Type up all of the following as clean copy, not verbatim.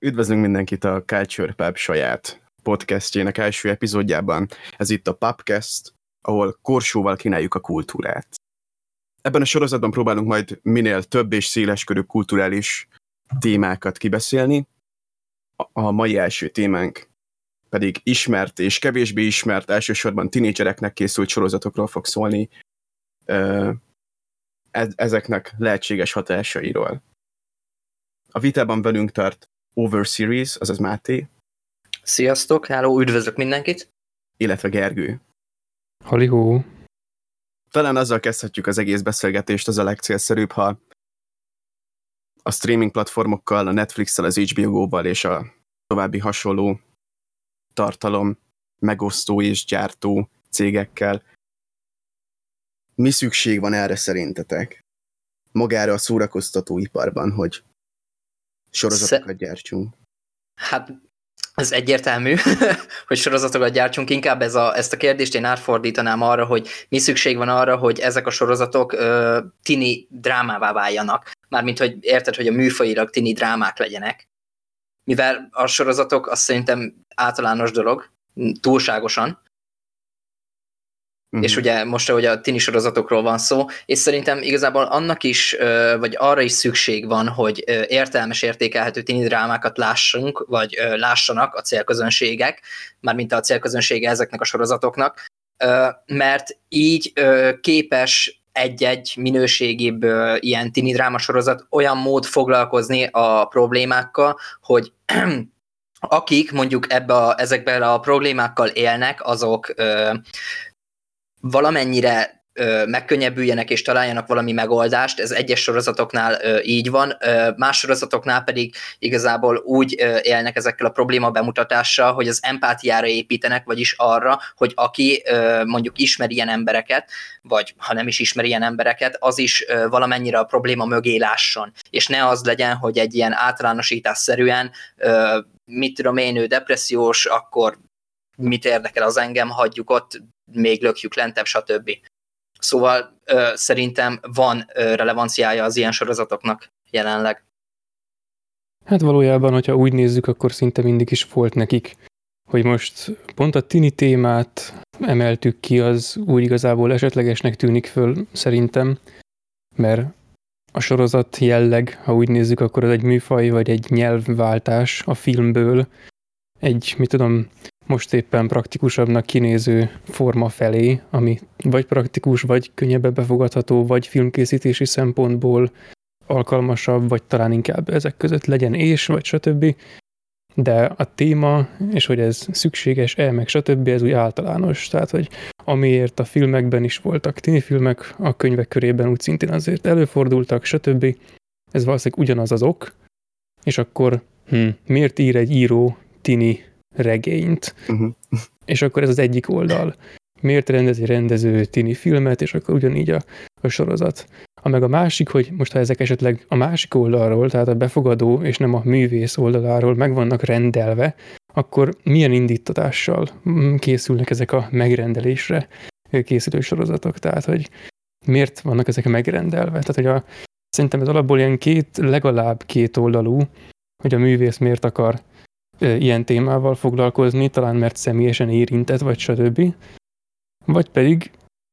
Üdvözlünk mindenkit a Culture Pub saját podcastjének első epizódjában. Ez itt a Pubcast, ahol korsóval kínáljuk a kultúrát. Ebben a sorozatban próbálunk majd minél több és széleskörű kulturális témákat kibeszélni. A mai első témánk pedig ismert és kevésbé ismert, elsősorban tinédzsereknek készült sorozatokról fog szólni, ezeknek lehetséges hatásairól. A vitában velünk tart Overseries, azaz Máté. Sziasztok, háló, üdvözlök mindenkit. Illetve Gergő. Halihó. Talán azzal kezdhetjük az egész beszélgetést, az a legcélszerűbb, ha a streaming platformokkal, a Netflix-tel, az HBO Go-val és a további hasonló tartalom megosztó és gyártó cégekkel. Mi szükség van erre szerintetek? Magára a szórakoztatóiparban, hogy sorozatokat gyártsunk? Hát ez egyértelmű, hogy sorozatokat gyártsunk. Inkább ezt a kérdést én átfordítanám arra, hogy mi szükség van arra, hogy ezek a sorozatok tini drámává váljanak. Mármint, hogy érted, hogy a műfajilag tini drámák legyenek. Mivel a sorozatok azt szerintem általános dolog, túlságosan. És ugye most, ahogy a tini sorozatokról van szó, és szerintem igazából annak is, vagy arra is szükség van, hogy értelmes, értékelhető tini drámákat lássunk, vagy lássanak a célközönségek, mármint a célközönsége ezeknek a sorozatoknak, mert így képes egy-egy minőségibb ilyen tini drámasorozat olyan mód foglalkozni a problémákkal, hogy akik mondjuk ezekben a problémákkal élnek, azok valamennyire megkönnyebbüljenek és találjanak valami megoldást, ez egyes sorozatoknál így van, más sorozatoknál pedig igazából úgy élnek ezekkel a probléma bemutatással, hogy az empátiára építenek, vagyis arra, hogy aki mondjuk ismer ilyen embereket, vagy ha nem is ismer ilyen embereket, az is valamennyire a probléma mögé lásson, és ne az legyen, hogy egy ilyen általánosításszerűen, mit tudom én, ő depressziós, akkor mit érdekel az engem, hagyjuk ott, még lökjük lentebb, stb. Szóval szerintem van relevanciája az ilyen sorozatoknak jelenleg. Hát valójában, hogyha úgy nézzük, akkor szinte mindig is volt nekik, hogy most pont a tini témát emeltük ki, az úgy igazából esetlegesnek tűnik föl szerintem, mert a sorozat jelleg, ha úgy nézzük, akkor az egy műfaj vagy egy nyelvváltás a filmből egy, most éppen praktikusabbnak kinéző forma felé, ami vagy praktikus, vagy könnyebben befogadható, vagy filmkészítési szempontból alkalmasabb, vagy talán inkább ezek között legyen vagy stb. De a téma, és hogy ez szükséges, meg stb., ez úgy általános. Tehát, hogy amiért a filmekben is voltak tini filmek, a könyvek körében úgy szintén azért előfordultak, stb. Ez valószínűleg ugyanaz az ok, és akkor miért ír egy író tini regényt. És akkor ez az egyik oldal. Miért rendez egy rendező tini filmet, és akkor ugyanígy a sorozat. Meg a másik, hogy most ha ezek esetleg a másik oldalról, tehát a befogadó és nem a művész oldaláról meg vannak rendelve, akkor milyen indítatással készülnek ezek a megrendelésre készülő sorozatok? Tehát, hogy miért vannak ezek megrendelve? Tehát, hogy szerintem ez alapból ilyen legalább két oldalú, hogy a művész miért akar ilyen témával foglalkozni, talán mert személyesen érintett, vagy stb. Vagy pedig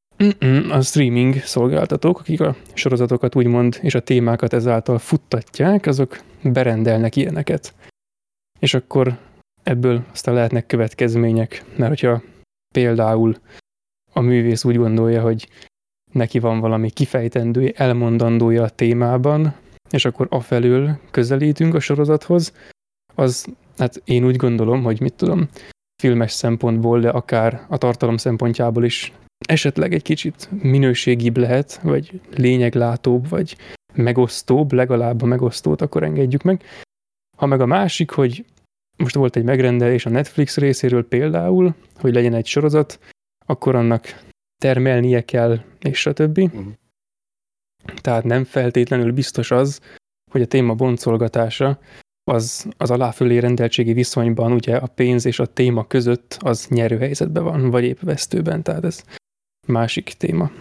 a streaming szolgáltatók, akik a sorozatokat úgymond, és a témákat ezáltal futtatják, azok berendelnek ilyeneket. És akkor ebből aztán lehetnek következmények, mert hogyha például a művész úgy gondolja, hogy neki van valami kifejtendő, elmondandója a témában, és akkor afelől közelítünk a sorozathoz, az, hát én úgy gondolom, hogy filmes szempontból, de akár a tartalom szempontjából is esetleg egy kicsit minőségibb lehet, vagy lényeglátóbb, vagy megosztóbb, legalább a megosztót akkor engedjük meg. Ha meg a másik, hogy most volt egy megrendelés a Netflix részéről például, hogy legyen egy sorozat, akkor annak termelnie kell, és stb. Tehát nem feltétlenül biztos az, hogy a téma boncolgatása az aláfölé rendeltségi viszonyban ugye a pénz és a téma között az nyerő helyzetben van, vagy épp vesztőben, tehát ez másik téma.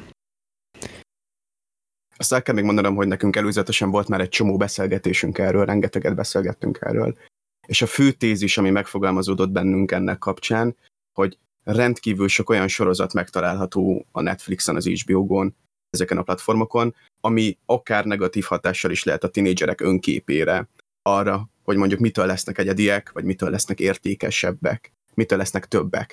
Azt el kell még mondanom, hogy nekünk előzetesen volt már egy csomó beszélgetésünk erről, rengeteget beszélgettünk erről, És a fő tézis, ami megfogalmazódott bennünk ennek kapcsán, hogy rendkívül sok olyan sorozat megtalálható a Netflixen, az HBO-gon, ezeken a platformokon, ami akár negatív hatással is lehet a tinédzserek önképére, arra, hogy mondjuk mitől lesznek egyediek, vagy mitől lesznek értékesebbek, mitől lesznek többek.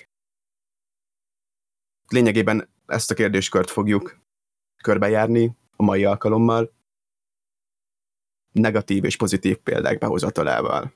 Lényegében ezt a kérdéskört fogjuk körbejárni a mai alkalommal, negatív és pozitív példák behozatalával.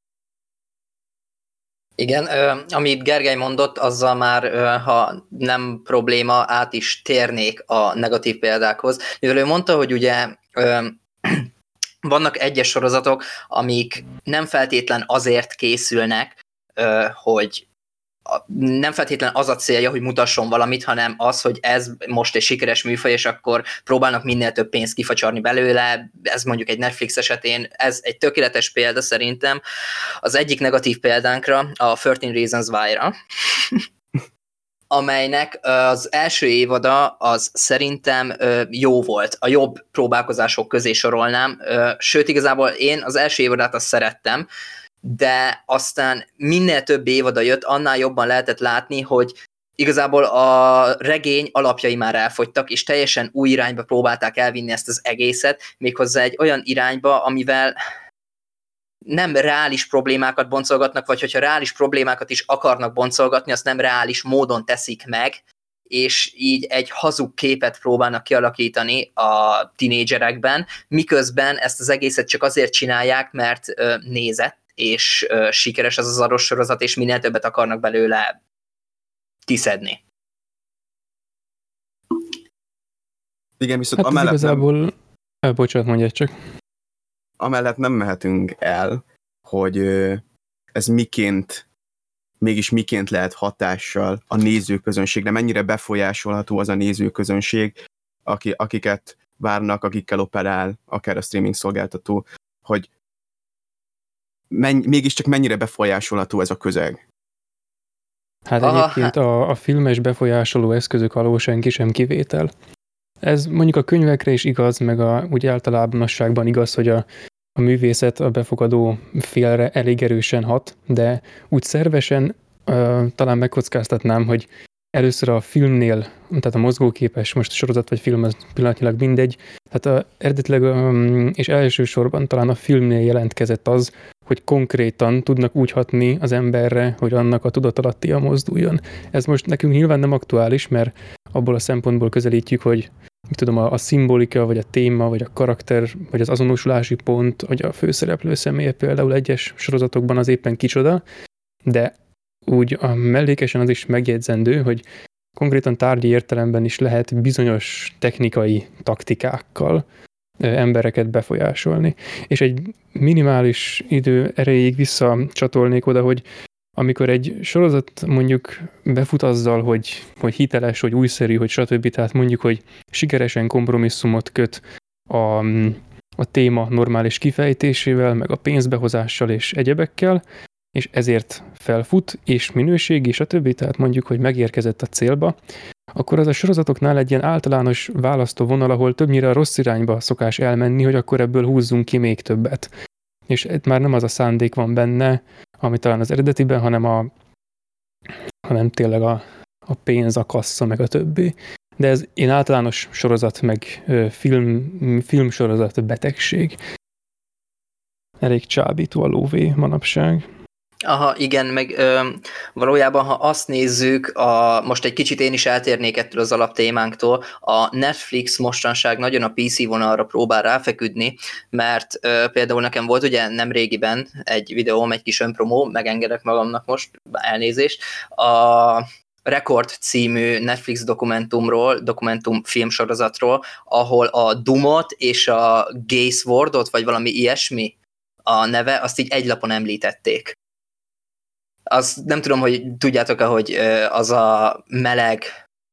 Igen, amit Gergely mondott, azzal már, ha nem probléma, át is térnék a negatív példákhoz. Mivel ő mondta, hogy ugye vannak egyes sorozatok, amik nem feltétlen azért készülnek, hogy nem feltétlen az a célja, hogy mutasson valamit, hanem az, hogy ez most egy sikeres műfaj, és akkor próbálnak minél több pénzt kifacsarni belőle. Ez mondjuk egy Netflix esetén, ez egy tökéletes példa szerintem. Az egyik negatív példánkra, a 13 Reasons Why-ra, amelynek az első évada az szerintem jó volt. A jobb próbálkozások közé sorolnám. Sőt, igazából én az első évadát azt szerettem, de aztán minél több évada jött, annál jobban lehetett látni, hogy igazából a regény alapjai már elfogytak, és teljesen új irányba próbálták elvinni ezt az egészet, méghozzá egy olyan irányba, amivel nem reális problémákat boncolgatnak, vagy hogyha reális problémákat is akarnak boncolgatni, azt nem reális módon teszik meg, és így egy hazug képet próbálnak kialakítani a tinédzserekben, miközben ezt az egészet csak azért csinálják, mert nézett, és sikeres az az adott sorozat, és minél többet akarnak belőle kiszedni. Igen, viszont hát amellett igazából... Bocsánat, mondjad csak. Amellett nem mehetünk el, hogy ez mégis miként lehet hatással a nézőközönségre, mennyire befolyásolható az a nézőközönség, akiket várnak, akikkel operál, akár a streaming szolgáltató, hogy mégiscsak mennyire befolyásolható ez a közeg. Hát egyébként a filmes befolyásoló eszközök alól senki sem kivétel. Ez mondjuk a könyvekre is igaz, meg úgy általánosságban igaz, hogy a művészet a befogadó félre elég erősen hat, de úgy szervesen talán megkockáztatnám, hogy először a filmnél, tehát a mozgóképes, most a sorozat vagy film, az pillanatnyilag mindegy, tehát eredetileg és elsősorban talán a filmnél jelentkezett az, hogy konkrétan tudnak úgy hatni az emberre, hogy annak a tudatalattia mozduljon. Ez most nekünk nyilván nem aktuális, mert abból a szempontból közelítjük, hogy a szimbolika, vagy a téma, vagy a karakter, vagy az azonosulási pont, vagy a főszereplő személye például egyes sorozatokban az éppen kicsoda, de úgy a mellékesen az is megjegyzendő, hogy konkrétan tárgyi értelemben is lehet bizonyos technikai taktikákkal embereket befolyásolni. És egy minimális idő erejéig visszacsatolnék oda, hogy amikor egy sorozat mondjuk befut azzal, hogy hiteles, hogy újszerű, hogy stb., tehát mondjuk, hogy sikeresen kompromisszumot köt a téma normális kifejtésével, meg a pénzbehozással és egyebekkel, és ezért felfut, és minőségi, stb., tehát mondjuk, hogy megérkezett a célba, akkor az a sorozatoknál egy ilyen általános választóvonal, ahol többnyire a rossz irányba szokás elmenni, hogy akkor ebből húzzunk ki még többet. És már nem az a szándék van benne, ami talán az eredetiben, hanem tényleg a pénz, a kassa, meg a többi. De ez én általános sorozat, meg filmsorozat betegség. Elég csábító a lóvé manapság. Aha, igen, meg valójában, ha azt nézzük, most egy kicsit én is eltérnék ettől az alaptémánktól, a Netflix mostanság nagyon a PC vonalra próbál ráfeküdni, mert például nekem volt ugye nemrégiben egy videóm, egy kis önpromó, megengedek magamnak most, elnézést, a Record című Netflix dokumentum filmsorozatról, ahol a Doomot és a Gay Swordot, vagy valami ilyesmi a neve, azt így egy lapon említették. Azt nem tudom, hogy tudjátok-e, hogy az a meleg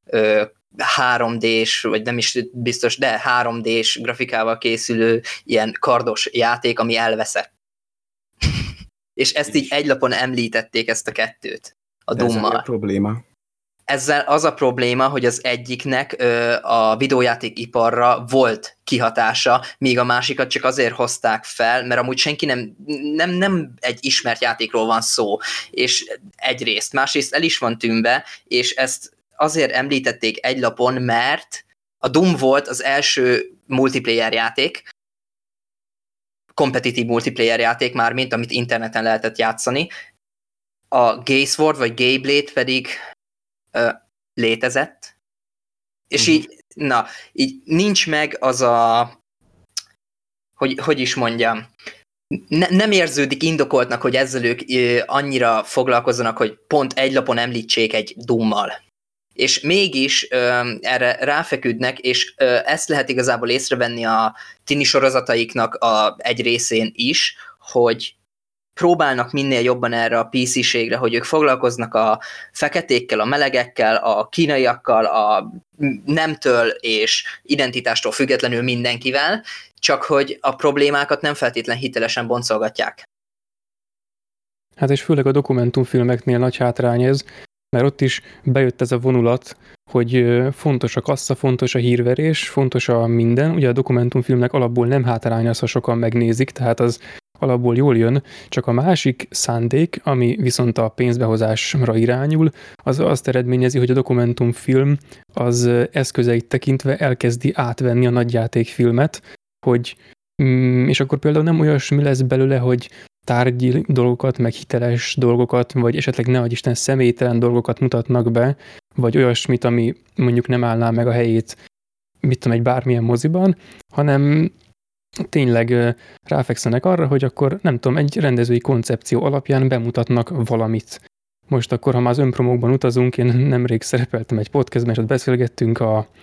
3D-s, vagy nem is biztos, de 3D-s grafikával készülő ilyen kardos játék, ami elveszett. És ezt így egy lapon említették, ezt a kettőt a Doom-mal. Ez a probléma. ezzel az a probléma, hogy az egyiknek a videójátékiparra volt kihatása, míg a másikat csak azért hozták fel, mert amúgy senki nem egy ismert játékról van szó, és egyrészt, másrészt el is van tűnve, és ezt azért említették egy lapon, mert a Doom volt az első multiplayer játék, kompetitív multiplayer játék már, mint amit interneten lehetett játszani. A Gaysword vagy Gayblade pedig létezett, és így nincs meg az a, hogy is mondjam, nem érződik indokoltnak, hogy ezzel ők annyira foglalkozzanak, hogy pont egy lapon említsék egy Doommal. És mégis erre ráfeküdnek, és ezt lehet igazából észrevenni a tini sorozataiknak egy részén is, hogy próbálnak minél jobban erre a PC-ségre, hogy ők foglalkoznak a feketékkel, a melegekkel, a kínaiakkal, a nemtől és identitástól függetlenül mindenkivel, csak hogy a problémákat nem feltétlen hitelesen boncolgatják. Hát és főleg a dokumentumfilmeknél nagy hátrány ez, mert ott is bejött ez a vonulat, hogy fontos a kassa, fontos a hírverés, fontos a minden. Ugye a dokumentumfilmnek alapból nem hátrány az, ha sokan megnézik, tehát az alapból jól jön, csak a másik szándék, ami viszont a pénzbehozásra irányul, az azt eredményezi, hogy a dokumentumfilm az eszközeit tekintve elkezdi átvenni a nagyjátékfilmet, és akkor például nem olyasmi lesz belőle, hogy tárgyi dolgokat, meg hiteles dolgokat, vagy esetleg nehogy Isten személytelen dolgokat mutatnak be, vagy olyasmit, ami mondjuk nem állná meg a helyét, mit tudom, egy bármilyen moziban, hanem tényleg ráfekszenek arra, hogy akkor nem tudom, egy rendezői koncepció alapján bemutatnak valamit. Most akkor, ha már az önpromókban utazunk, én nemrég szerepeltem egy podcastben, és ott beszélgettünk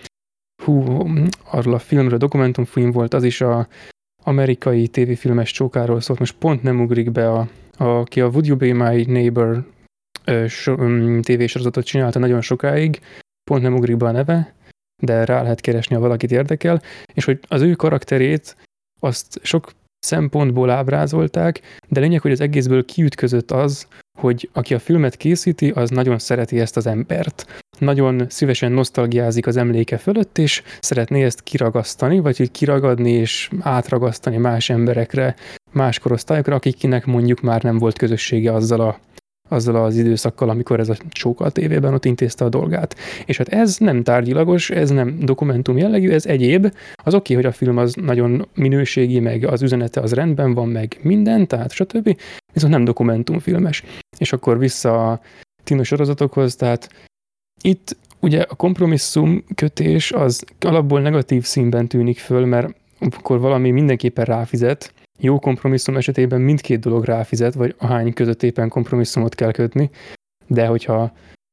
arról a filmről, dokumentumfilm volt, az is a amerikai tévéfilmes csókáról szólt, most pont nem ugrik be, aki a Would You Be My Neighbor tévésorozatot csinálta nagyon sokáig, pont nem ugrik be a neve, de rá lehet keresni, ha valakit érdekel, és hogy az ő karakterét azt sok szempontból ábrázolták, de lényeg, hogy az egészből kiütközött az, hogy aki a filmet készíti, az nagyon szereti ezt az embert. Nagyon szívesen nosztalgiázik az emléke fölött, és szeretné ezt kiragasztani, vagy hogy kiragadni és átragasztani más emberekre, más korosztályokra, akiknek mondjuk már nem volt közössége azzal az időszakkal, amikor ez a csóka a tévében ott intézte a dolgát. És hát ez nem tárgyilagos, ez nem dokumentum jellegű, ez egyéb. Az oké, hogy a film az nagyon minőségi, meg az üzenete az rendben van, meg minden, tehát stb. Viszont nem dokumentumfilmes. És akkor vissza a tini sorozatokhoz, tehát itt ugye a kompromisszum kötés az alapból negatív színben tűnik föl, mert akkor valami mindenképpen ráfizet. Jó kompromisszum esetében mindkét dolog ráfizet, vagy ahány között éppen kompromisszumot kell kötni, de hogyha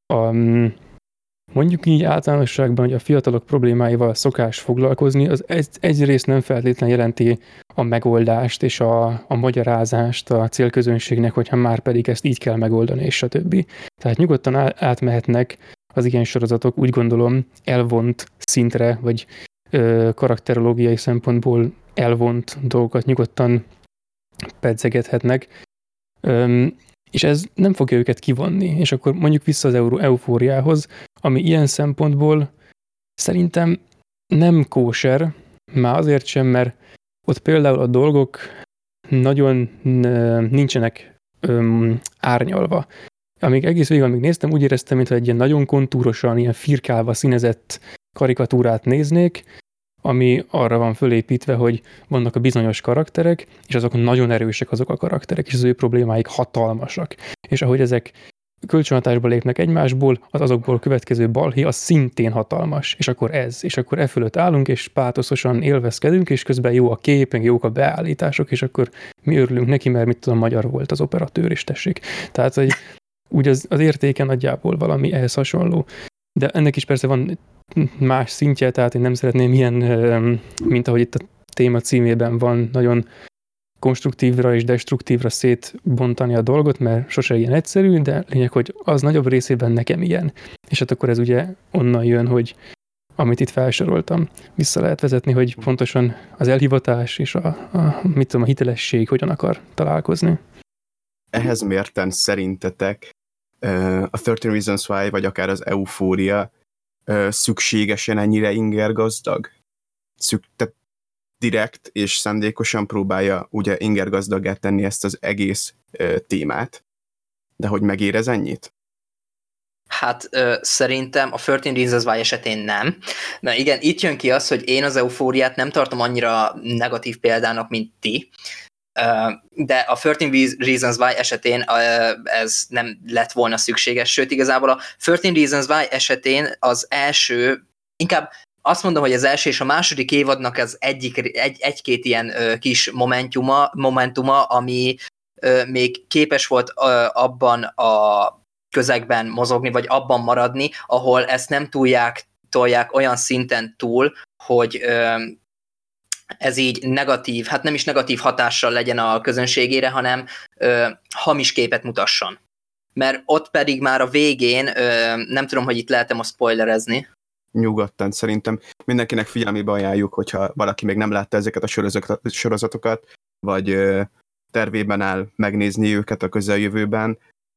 mondjuk így általánosságban, hogy a fiatalok problémáival szokás foglalkozni, az egyrészt nem feltétlenül jelenti a megoldást és a magyarázást a célközönségnek, hogyha már pedig ezt így kell megoldani, és stb. Tehát nyugodtan átmehetnek az ilyen sorozatok, úgy gondolom, elvont szintre, vagy karakterológiai szempontból elvont dolgokat nyugodtan pedzegethetnek, és ez nem fogja őket kivonni. És akkor mondjuk vissza az eufóriához, ami ilyen szempontból szerintem nem kóser, már azért sem, mert ott például a dolgok nagyon nincsenek árnyalva. Egész végig, amíg néztem, úgy éreztem, mintha egy ilyen nagyon kontúrosan, ilyen firkálva színezett karikatúrát néznék, ami arra van fölépítve, hogy vannak a bizonyos karakterek, és azok nagyon erősek azok a karakterek, és az ő problémáik hatalmasak. És ahogy ezek kölcsönhatásba lépnek egymásból, az azokból következő balhé az szintén hatalmas. És akkor és akkor e fölött állunk, és pátoszosan élvezkedünk, és közben jó a kép, jók a beállítások, és akkor mi örülünk neki, mert mit tudom, magyar volt az operatőr, és tessék. Tehát, hogy úgy az értéke nagyjából valami ehhez hasonló. De ennek is persze van más szintje, tehát én nem szeretném ilyen, mint ahogy itt a téma címében van, nagyon konstruktívra és destruktívra szétbontani a dolgot, mert sose ilyen egyszerű, de lényeg, hogy az nagyobb részében nekem ilyen. És hát akkor ez ugye onnan jön, hogy amit itt felsoroltam, vissza lehet vezetni, hogy pontosan az elhivatás és a hitelesség hogyan akar találkozni. Ehhez mérten szerintetek a 13 Reasons Why, vagy akár az Euphoria szükségesen ennyire ingergazdag? Tehát direkt és szándékosan próbálja ugye ingergazdaggá tenni ezt az egész témát. De hogy megérez ennyit? Hát szerintem a 13 Reasons Why esetén nem. Mert igen, itt jön ki az, hogy én az Eufóriát nem tartom annyira negatív példának, mint ti. De a 13 Reasons Why esetén ez nem lett volna szükséges. Sőt, igazából a 13 Reasons Why esetén az első, inkább azt mondom, hogy az első és a második évadnak az egy-két ilyen kis momentuma, ami még képes volt abban a közegben mozogni, vagy abban maradni, ahol ezt nem tolják olyan szinten túl, hogy ez így negatív, hát nem is negatív hatással legyen a közönségére, hanem hamis képet mutasson. Mert ott pedig már a végén, nem tudom, hogy itt lehet-e most spoilerezni. Nyugodtan, szerintem mindenkinek figyelmébe ajánljuk, hogyha valaki még nem látta ezeket a sorozatokat, vagy tervében áll megnézni őket a közeljövőben,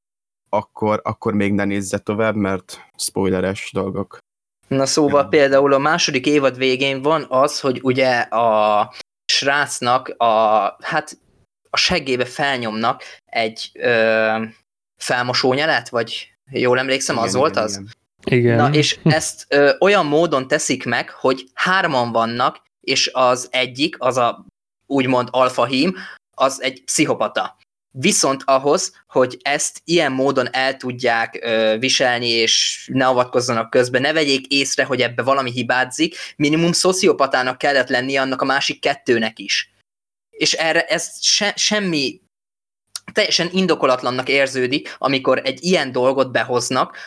akkor még ne nézze tovább, mert spoileres dolgok. Na szóval például a második évad végén van az, hogy ugye a srácnak a seggébe felnyomnak egy felmosónyelet, vagy jól emlékszem, igen, az volt az? Igen. Na és ezt olyan módon teszik meg, hogy 3 vannak, és az egyik, az a úgymond alfahím, az egy pszichopata. Viszont ahhoz, hogy ezt ilyen módon el tudják viselni, és ne avatkozzanak közbe, ne vegyék észre, hogy ebbe valami hibázik, minimum szociopatának kellett lennie annak a másik 2-nek is. És erre ez semmi, teljesen indokolatlannak érződik, amikor egy ilyen dolgot behoznak,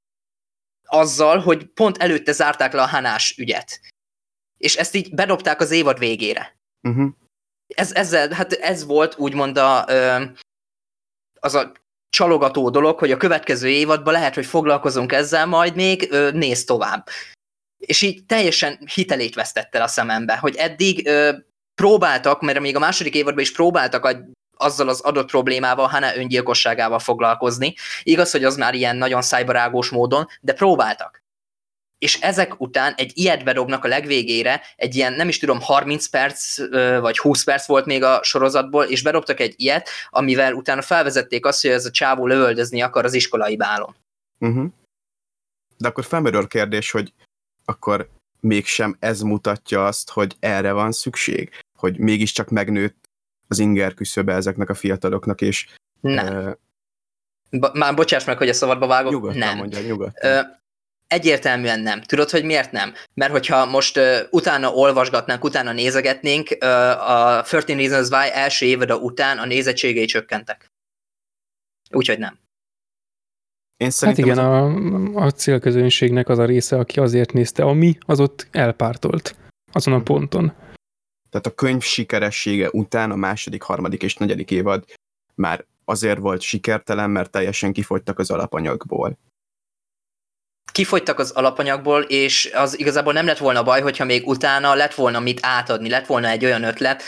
azzal, hogy pont előtte zárták le a Hanás ügyet. És ezt így bedobták az évad végére. Uh-huh. Ez volt úgymond az a csalogató dolog, hogy a következő évadban lehet, hogy foglalkozunk ezzel, majd még nézz tovább. És így teljesen hitelét vesztett el a szemembe, hogy eddig próbáltak, mert még a második évadban is próbáltak azzal az adott problémával, Hannah öngyilkosságával foglalkozni. Igaz, hogy az már ilyen nagyon szájbarágós módon, de próbáltak. És ezek után egy ilyet bedobnak a legvégére, egy ilyen, nem is tudom, 30 perc vagy 20 perc volt még a sorozatból, és bedobtak egy ilyet, amivel utána felvezették azt, hogy ez a csávó lövöldözni akar az iskolai bálon. Uh-huh. De akkor felmerül a kérdés, hogy akkor mégsem ez mutatja azt, hogy erre van szükség? Hogy mégiscsak megnőtt az inger küszöbe ezeknek a fiataloknak, és... Nem. Már bocsáss meg, hogy a szabadba vágok. Nyugodtan nem. Mondja, nyugodtan. Egyértelműen nem. Tudod, hogy miért nem? Mert hogyha most utána olvasgatnánk, utána nézegetnénk, a 13 Reasons Why első évada után a nézettségei csökkentek. Úgyhogy nem. Én szerintem hát igen, a célközönségnek az a része, aki azért nézte, ami az ott elpártolt azon a ponton. Tehát a könyv sikeressége után a második, harmadik és negyedik évad már azért volt sikertelen, mert teljesen kifogytak az alapanyagból. Kifogytak az alapanyagból, és az igazából nem lett volna baj, hogyha még utána lett volna mit átadni, lett volna egy olyan ötlet,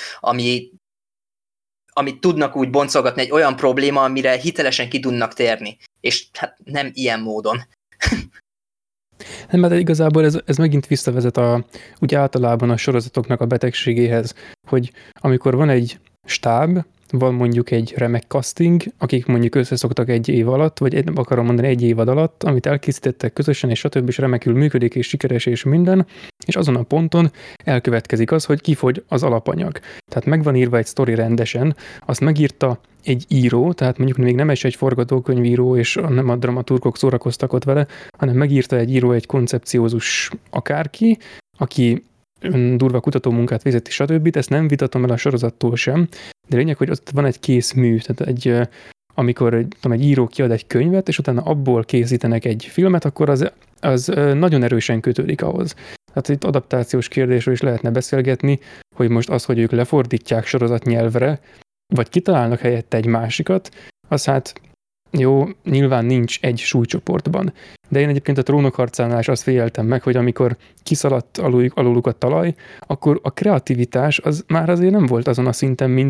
amit tudnak úgy boncolgatni, egy olyan probléma, amire hitelesen ki tudnak térni. És hát nem ilyen módon. Nem, mert igazából ez megint visszavezet úgy általában a sorozatoknak a betegségéhez, hogy amikor van egy stáb, van mondjuk egy remek casting, akik mondjuk összeszoktak egy év alatt, vagy nem akarom mondani egy évad alatt, amit elkészítettek közösen, és stb. És remekül működik, és sikeres, és minden, és azon a ponton elkövetkezik az, hogy kifogy az alapanyag. Tehát meg van írva egy sztori rendesen, azt megírta egy író, tehát mondjuk még nem egy forgatókönyvíró, és nem a dramaturgok szórakoztak ott vele, hanem megírta egy író, egy koncepciózus akárki, aki durva kutatómunkát végzett, stb. Ezt nem vitatom el a sorozattól sem, de lényeg, hogy ott van egy kész mű, tehát amikor egy író kiad egy könyvet, és utána abból készítenek egy filmet, akkor az nagyon erősen kötődik ahhoz. Tehát itt adaptációs kérdésről is lehetne beszélgetni, hogy most az, hogy ők lefordítják sorozatnyelvre, vagy kitalálnak helyette egy másikat, az hát jó, nyilván nincs egy súlycsoportban. De én egyébként a Trónok harcánál is azt figyeltem meg, hogy amikor kiszaladt aluluk a talaj, akkor a kreativitás az már azért nem volt azon a szinten, mint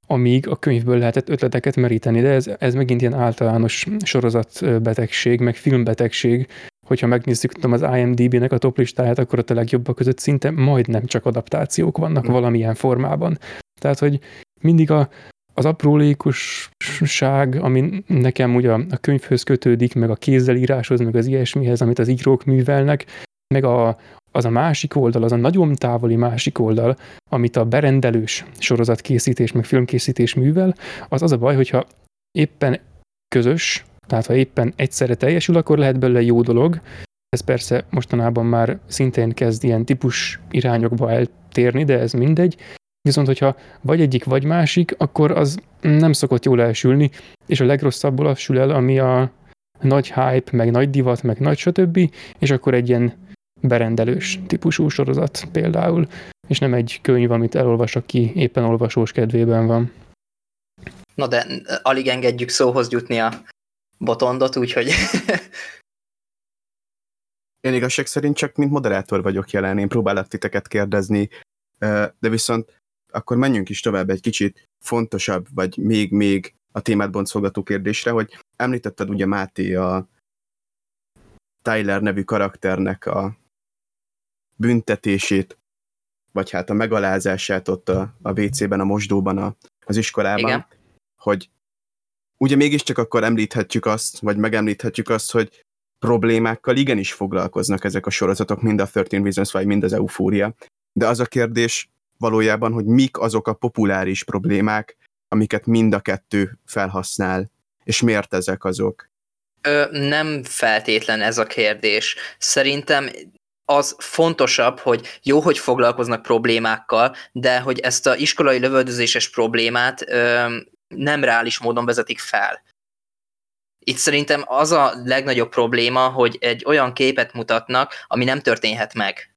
amíg a könyvből lehetett ötleteket meríteni, de ez megint ilyen általános sorozatbetegség, meg filmbetegség, hogyha megnézzük az IMDb-nek a top listáját, akkor ott a legjobbak között szinte majdnem csak adaptációk vannak valamilyen formában. Tehát, hogy mindig az aprólékosság, ami nekem ugye a könyvhöz kötődik, meg a kézzel íráshoz, meg az ilyesmihez, amit az írók művelnek, meg az a másik oldal, az a nagyon távoli másik oldal, amit a berendelős sorozatkészítés, meg filmkészítés művel, az a baj, hogyha éppen közös, tehát ha éppen egyszerre teljesül, akkor lehet belőle jó dolog. Ez persze mostanában már szintén kezd ilyen típus irányokba eltérni, de ez mindegy. Viszont, hogyha vagy egyik, vagy másik, akkor az nem szokott jól elsülni, és a legrosszabbból az sül el, ami a nagy hype, meg nagy divat, meg nagy stb., és akkor egy ilyen berendelős típusú sorozat például, és nem egy könyv, amit elolvas, aki éppen olvasós kedvében van. Na de alig engedjük szóhoz jutni a Botondot, úgyhogy... Én igazság szerint csak mint moderátor vagyok jelen, én próbálok titeket kérdezni, de viszont akkor menjünk is tovább egy kicsit fontosabb, vagy még a témát boncolgató kérdésre, hogy említetted ugye Máté a Tyler nevű karakternek a büntetését, vagy hát a megalázását ott a WC-ben, a mosdóban, az iskolában, igen. Hogy ugye mégiscsak akkor említhetjük azt, vagy megemlíthetjük azt, hogy problémákkal igenis foglalkoznak ezek a sorozatok, mind a 13 Reasons Why, mind az Euphoria. De az a kérdés valójában, hogy mik azok a populáris problémák, amiket mind a kettő felhasznál, és miért ezek azok? Nem feltétlen ez a kérdés. Szerintem az fontosabb, hogy jó, hogy foglalkoznak problémákkal, de hogy ezt a iskolai lövöldözéses problémát nem reális módon vezetik fel. Itt szerintem az a legnagyobb probléma, hogy egy olyan képet mutatnak, ami nem történhet meg.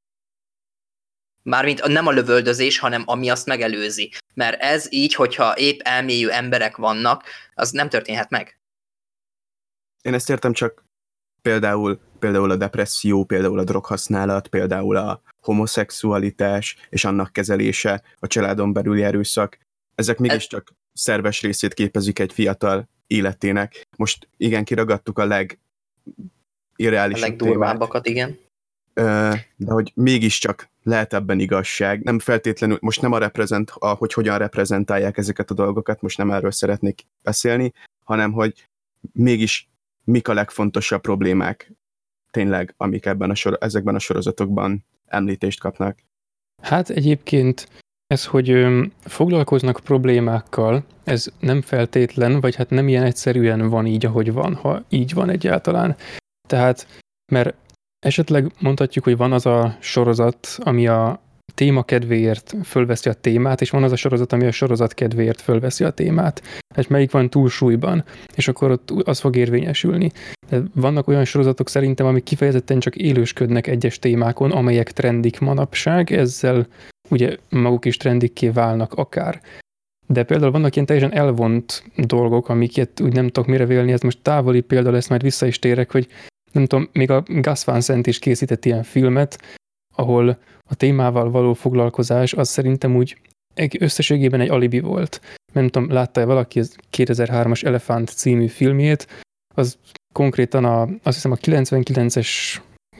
Mármint nem a lövöldözés, hanem ami azt megelőzi. Mert ez így, hogyha épp elmélyű emberek vannak, az nem történhet meg. Én ezt értem, csak például a depresszió, például a droghasználat, például a homoszexualitás és annak kezelése, a családon belüli erőszak, ezek mégiscsak szerves részét képezik egy fiatal életének. Most igen, kiragadtuk a legirreálisabb legdurvábbakat, igen. De hogy mégiscsak lehet ebben igazság. Nem feltétlenül, most nem hogy hogyan reprezentálják ezeket a dolgokat, most nem erről szeretnék beszélni, hanem hogy mégis mik a legfontosabb problémák tényleg, amik ezekben a sorozatokban említést kapnak. Hát egyébként ez, hogy foglalkoznak problémákkal, ez nem feltétlen, vagy hát nem ilyen egyszerűen van így, ahogy van, ha így van egyáltalán. Tehát, mert esetleg mondhatjuk, hogy van az a sorozat, ami a téma kedvéért fölveszi a témát, és van az a sorozat, ami a sorozat kedvéért fölveszi a témát. Hát melyik van túlsúlyban, és akkor ott az fog érvényesülni. De vannak olyan sorozatok szerintem, amik kifejezetten csak élősködnek egyes témákon, amelyek trendik manapság, ezzel ugye maguk is trendikké válnak akár. De például vannak ilyen teljesen elvont dolgok, amiket úgy nem tudok mire vélni, ez most távoli példa lesz, majd vissza is térek, hogy nem tudom, még a Gus Van Sant is készített ilyen filmet, ahol a témával való foglalkozás az szerintem úgy összességében egy alibi volt. Nem tudom, látta-e valaki az 2003-as Elefánt című filmjét, az konkrétan azt hiszem a 99-es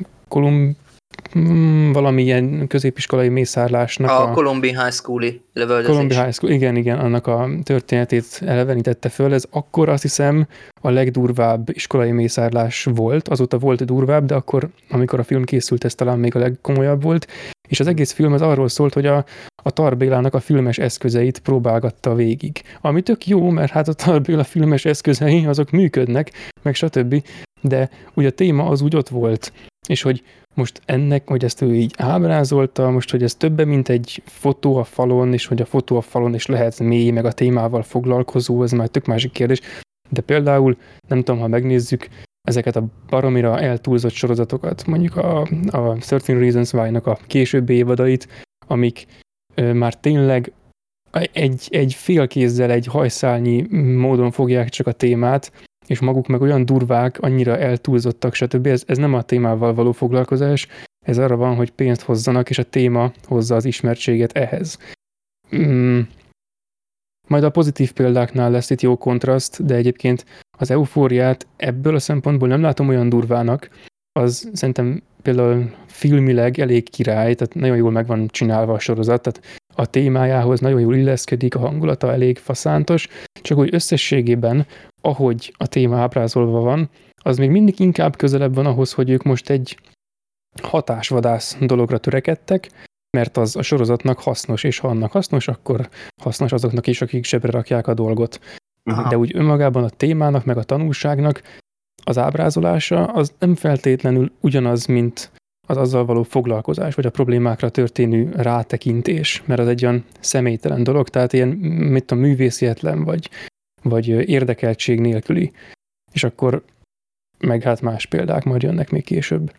valamilyen középiskolai mészárlásnak a Columbia High School-i lövöldözés. Columbia High School, igen, annak a történetét elevenítette föl. Ez akkor azt hiszem a legdurvább iskolai mészárlás volt. Azóta volt durvább, de akkor, amikor a film készült, ez talán még a legkomolyabb volt. És az egész film az arról szólt, hogy a Tar Bélának a filmes eszközeit próbálgatta végig. Ami tök jó, mert hát a Tar Béla filmes eszközei azok működnek, meg stb. De ugye a téma az úgy ott volt. És hogy most ennek, hogy ezt ő így ábrázolta, most, hogy ez többen, mint egy fotó a falon, és hogy a fotó a falon is lehet mély, meg a témával foglalkozó, ez már tök másik kérdés. De például, nem tudom, ha megnézzük ezeket a baromira eltúlzott sorozatokat, mondjuk a 13 Reasons Why-nak a későbbi évadait, amik már tényleg egy félkézzel, egy hajszálnyi módon fogják csak a témát, és maguk meg olyan durvák, annyira eltúlzottak, stb. Ez nem a témával való foglalkozás, ez arra van, hogy pénzt hozzanak, és a téma hozza az ismertséget ehhez. Majd a pozitív példáknál lesz itt jó kontraszt, de egyébként az eufóriát ebből a szempontból nem látom olyan durvának, az szerintem például filmileg elég király, tehát nagyon jól meg van csinálva a sorozat, tehát a témájához nagyon jól illeszkedik, a hangulata elég faszántos, csak úgy összességében, ahogy a téma ábrázolva van, az még mindig inkább közelebb van ahhoz, hogy ők most egy hatásvadász dologra törekedtek, mert az a sorozatnak hasznos, és ha annak hasznos, akkor hasznos azoknak is, akik zsebre rakják a dolgot. Aha. De úgy önmagában a témának, meg a tanulságnak az ábrázolása az nem feltétlenül ugyanaz, mint az azzal való foglalkozás, vagy a problémákra történő rátekintés, mert az egy olyan személytelen dolog, tehát ilyen, mit tudom, művészietlen, vagy érdekeltség nélküli. És akkor meg hát más példák majd jönnek még később.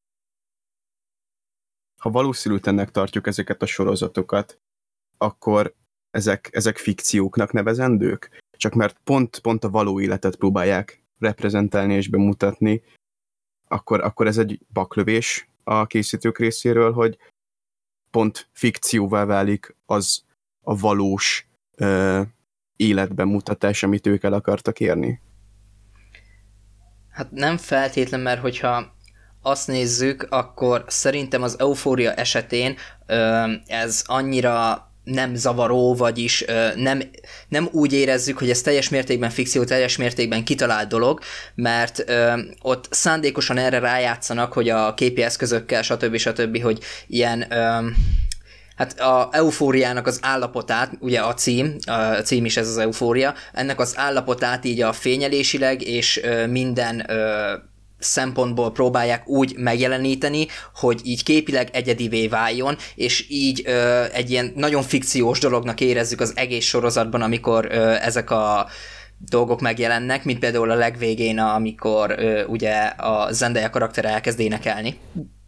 Ha valószínűtlennek tartjuk ezeket a sorozatokat, akkor ezek fikcióknak nevezendők? Csak mert pont a való életet próbálják reprezentálni és bemutatni, akkor ez egy baklövés a készítők részéről, hogy pont fikcióvá válik az a valós életben mutatás, amit ők el akartak érni. Hát nem feltétlen, mert hogyha azt nézzük, akkor szerintem az eufória esetén ez annyira nem zavaró, vagyis nem úgy érezzük, hogy ez teljes mértékben fikció, teljes mértékben kitalált dolog, mert ott szándékosan erre rájátszanak, hogy a képi eszközökkel, stb., hogy ilyen... Hát a eufóriának az állapotát, ugye a cím is ez az eufória, ennek az állapotát így a fényelésileg és minden szempontból próbálják úgy megjeleníteni, hogy így képileg egyedivé váljon, és így egy ilyen nagyon fikciós dolognak érezzük az egész sorozatban, amikor ezek a dolgok megjelennek, mint például a legvégén, amikor ugye a Zendaya karaktere elkezd énekelni.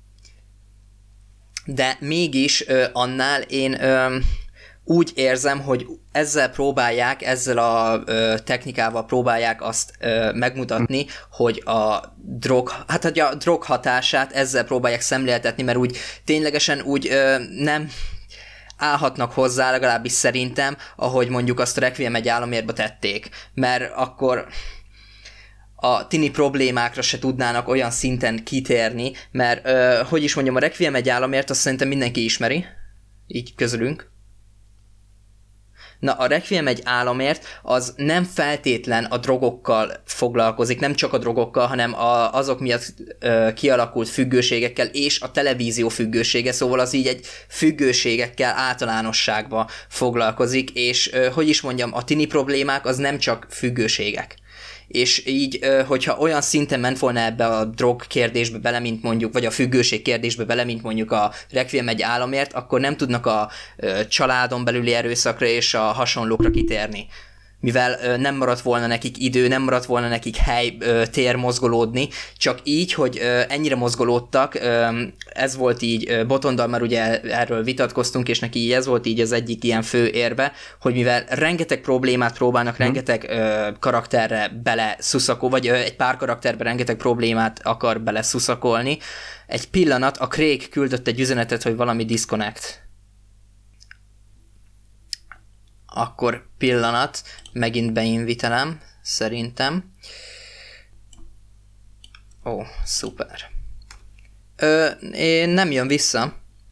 De mégis annál én úgy érzem, hogy ezzel a technikával próbálják azt megmutatni, hogy a drog hatását ezzel próbálják szemléltetni, mert úgy ténylegesen úgy nem állhatnak hozzá, legalábbis szerintem, ahogy mondjuk azt a Requiem egy álomérbe tették. Mert akkor a tini problémákra se tudnának olyan szinten kitérni, mert hogy is mondjam, a Requiem egy álomért azt szerintem mindenki ismeri, így közülünk. Na, a Requiem egy álomért az nem feltétlen a drogokkal foglalkozik, nem csak a drogokkal, hanem azok miatt kialakult függőségekkel és a televízió függősége, szóval az így egy függőségekkel általánosságban foglalkozik, és hogy is mondjam, a tini problémák az nem csak függőségek. És így, hogyha olyan szinten ment volna ebbe a drog kérdésbe bele, mint mondjuk, vagy a függőség kérdésbe bele, mint mondjuk a Requiem egy álomért, akkor nem tudnak a családon belüli erőszakra és a hasonlókra kitérni. Mivel nem maradt volna nekik idő, nem maradt volna nekik hely, tér mozgolódni, csak így, hogy ennyire mozgolódtak, ez volt így, Botondal már ugye erről vitatkoztunk, és neki ez volt így az egyik ilyen fő érve, hogy mivel rengeteg problémát próbálnak, rengeteg karakterre bele szuszakolni, vagy egy pár karakterbe rengeteg problémát akar bele szuszakolni, egy pillanat, a Craig küldött egy üzenetet, hogy valami disconnect. Akkor pillanat, megint beinvitelem, szerintem. Ó, szuper. Nem jön vissza.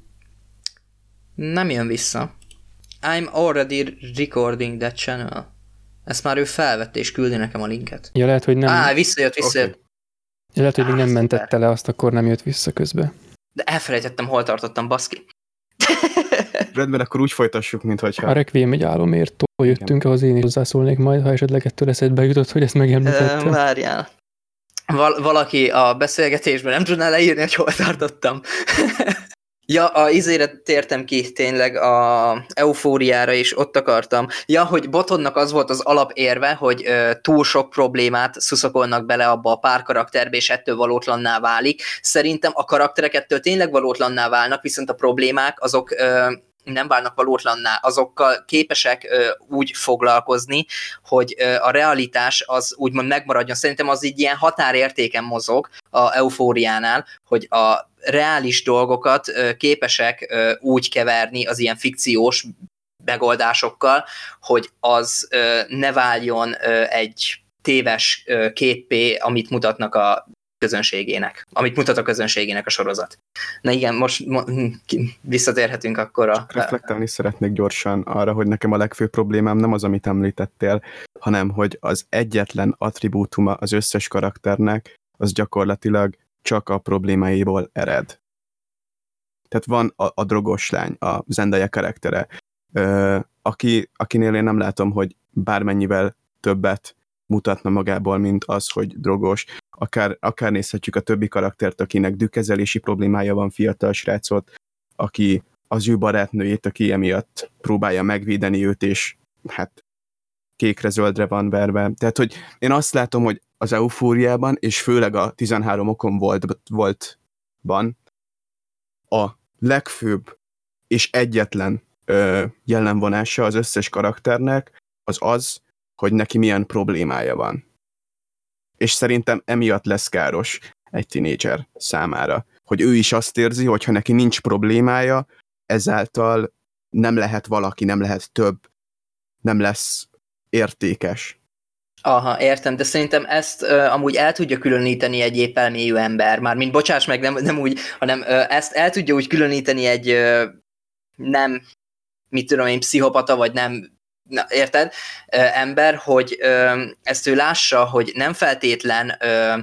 Nem jön vissza. I'm already recording that channel. Ezt már ő felvette és küldi nekem a linket. Ja, lehet, hogy nem... Visszajött. Okay. Ja, lehet, hogy még nem mentette le, azt akkor nem jött vissza közbe. De elfelejtettem, hol tartottam, baszki. Rendben, akkor úgy folytassuk, minthogyha... A Requiem egy álomértól jöttünk, ahhoz én is hozzászólnék majd, ha esetleg ettől eszedbe jutott, hogy ezt megemlítettem. Várjál. Valaki a beszélgetésben nem tudná leírni, hogy hol tartottam. Ja, a izére tértem ki tényleg a eufóriára, és ott akartam. Ja, hogy Botonnak az volt az alapérve, hogy túl sok problémát szuszakolnak bele abba a pár karakterbe, és ettől valótlanná válik. Szerintem a karakterek ettől tényleg valótlanná válnak, viszont a problémák azok nem válnak valótlanná, azokkal képesek úgy foglalkozni, hogy a realitás az úgymond megmaradjon. Szerintem az így ilyen határértéken mozog a eufóriánál, hogy a reális dolgokat képesek úgy keverni az ilyen fikciós megoldásokkal, hogy az ne váljon egy téves képpé, amit mutatnak a közönségének. Amit mutat a közönségének a sorozat. Na igen, most visszatérhetünk akkor a... Reflektálni szeretnék gyorsan arra, hogy nekem a legfőbb problémám nem az, amit említettél, hanem hogy az egyetlen attribútuma az összes karakternek, az gyakorlatilag csak a problémáiból ered. Tehát van a drogos lány, a Zendaya karaktere, akinél én nem látom, hogy bármennyivel többet mutatna magából, mint az, hogy drogos. Akár nézhetjük a többi karaktert, akinek dükkezelési problémája van, fiatal srácot, aki az ő barátnőjét, aki emiatt próbálja megvédeni őt, és hát kékre-zöldre van verve. Tehát, hogy én azt látom, hogy az Eufóriában, és főleg a 13 okon voltban a legfőbb és egyetlen jellemvonása az összes karakternek az, hogy neki milyen problémája van. És szerintem emiatt lesz káros egy tinédzser számára. Hogy ő is azt érzi, hogy ha neki nincs problémája, ezáltal nem lehet valaki, nem lehet több, nem lesz értékes. Aha, értem, de szerintem ezt amúgy el tudja különíteni egy épp elmélyű ember. Mármint bocsáss meg, nem úgy, hanem ezt el tudja úgy különíteni egy nem, mit tudom én, pszichopata, vagy nem, na, érted? Ember, hogy ezt ő lássa, hogy nem feltétlen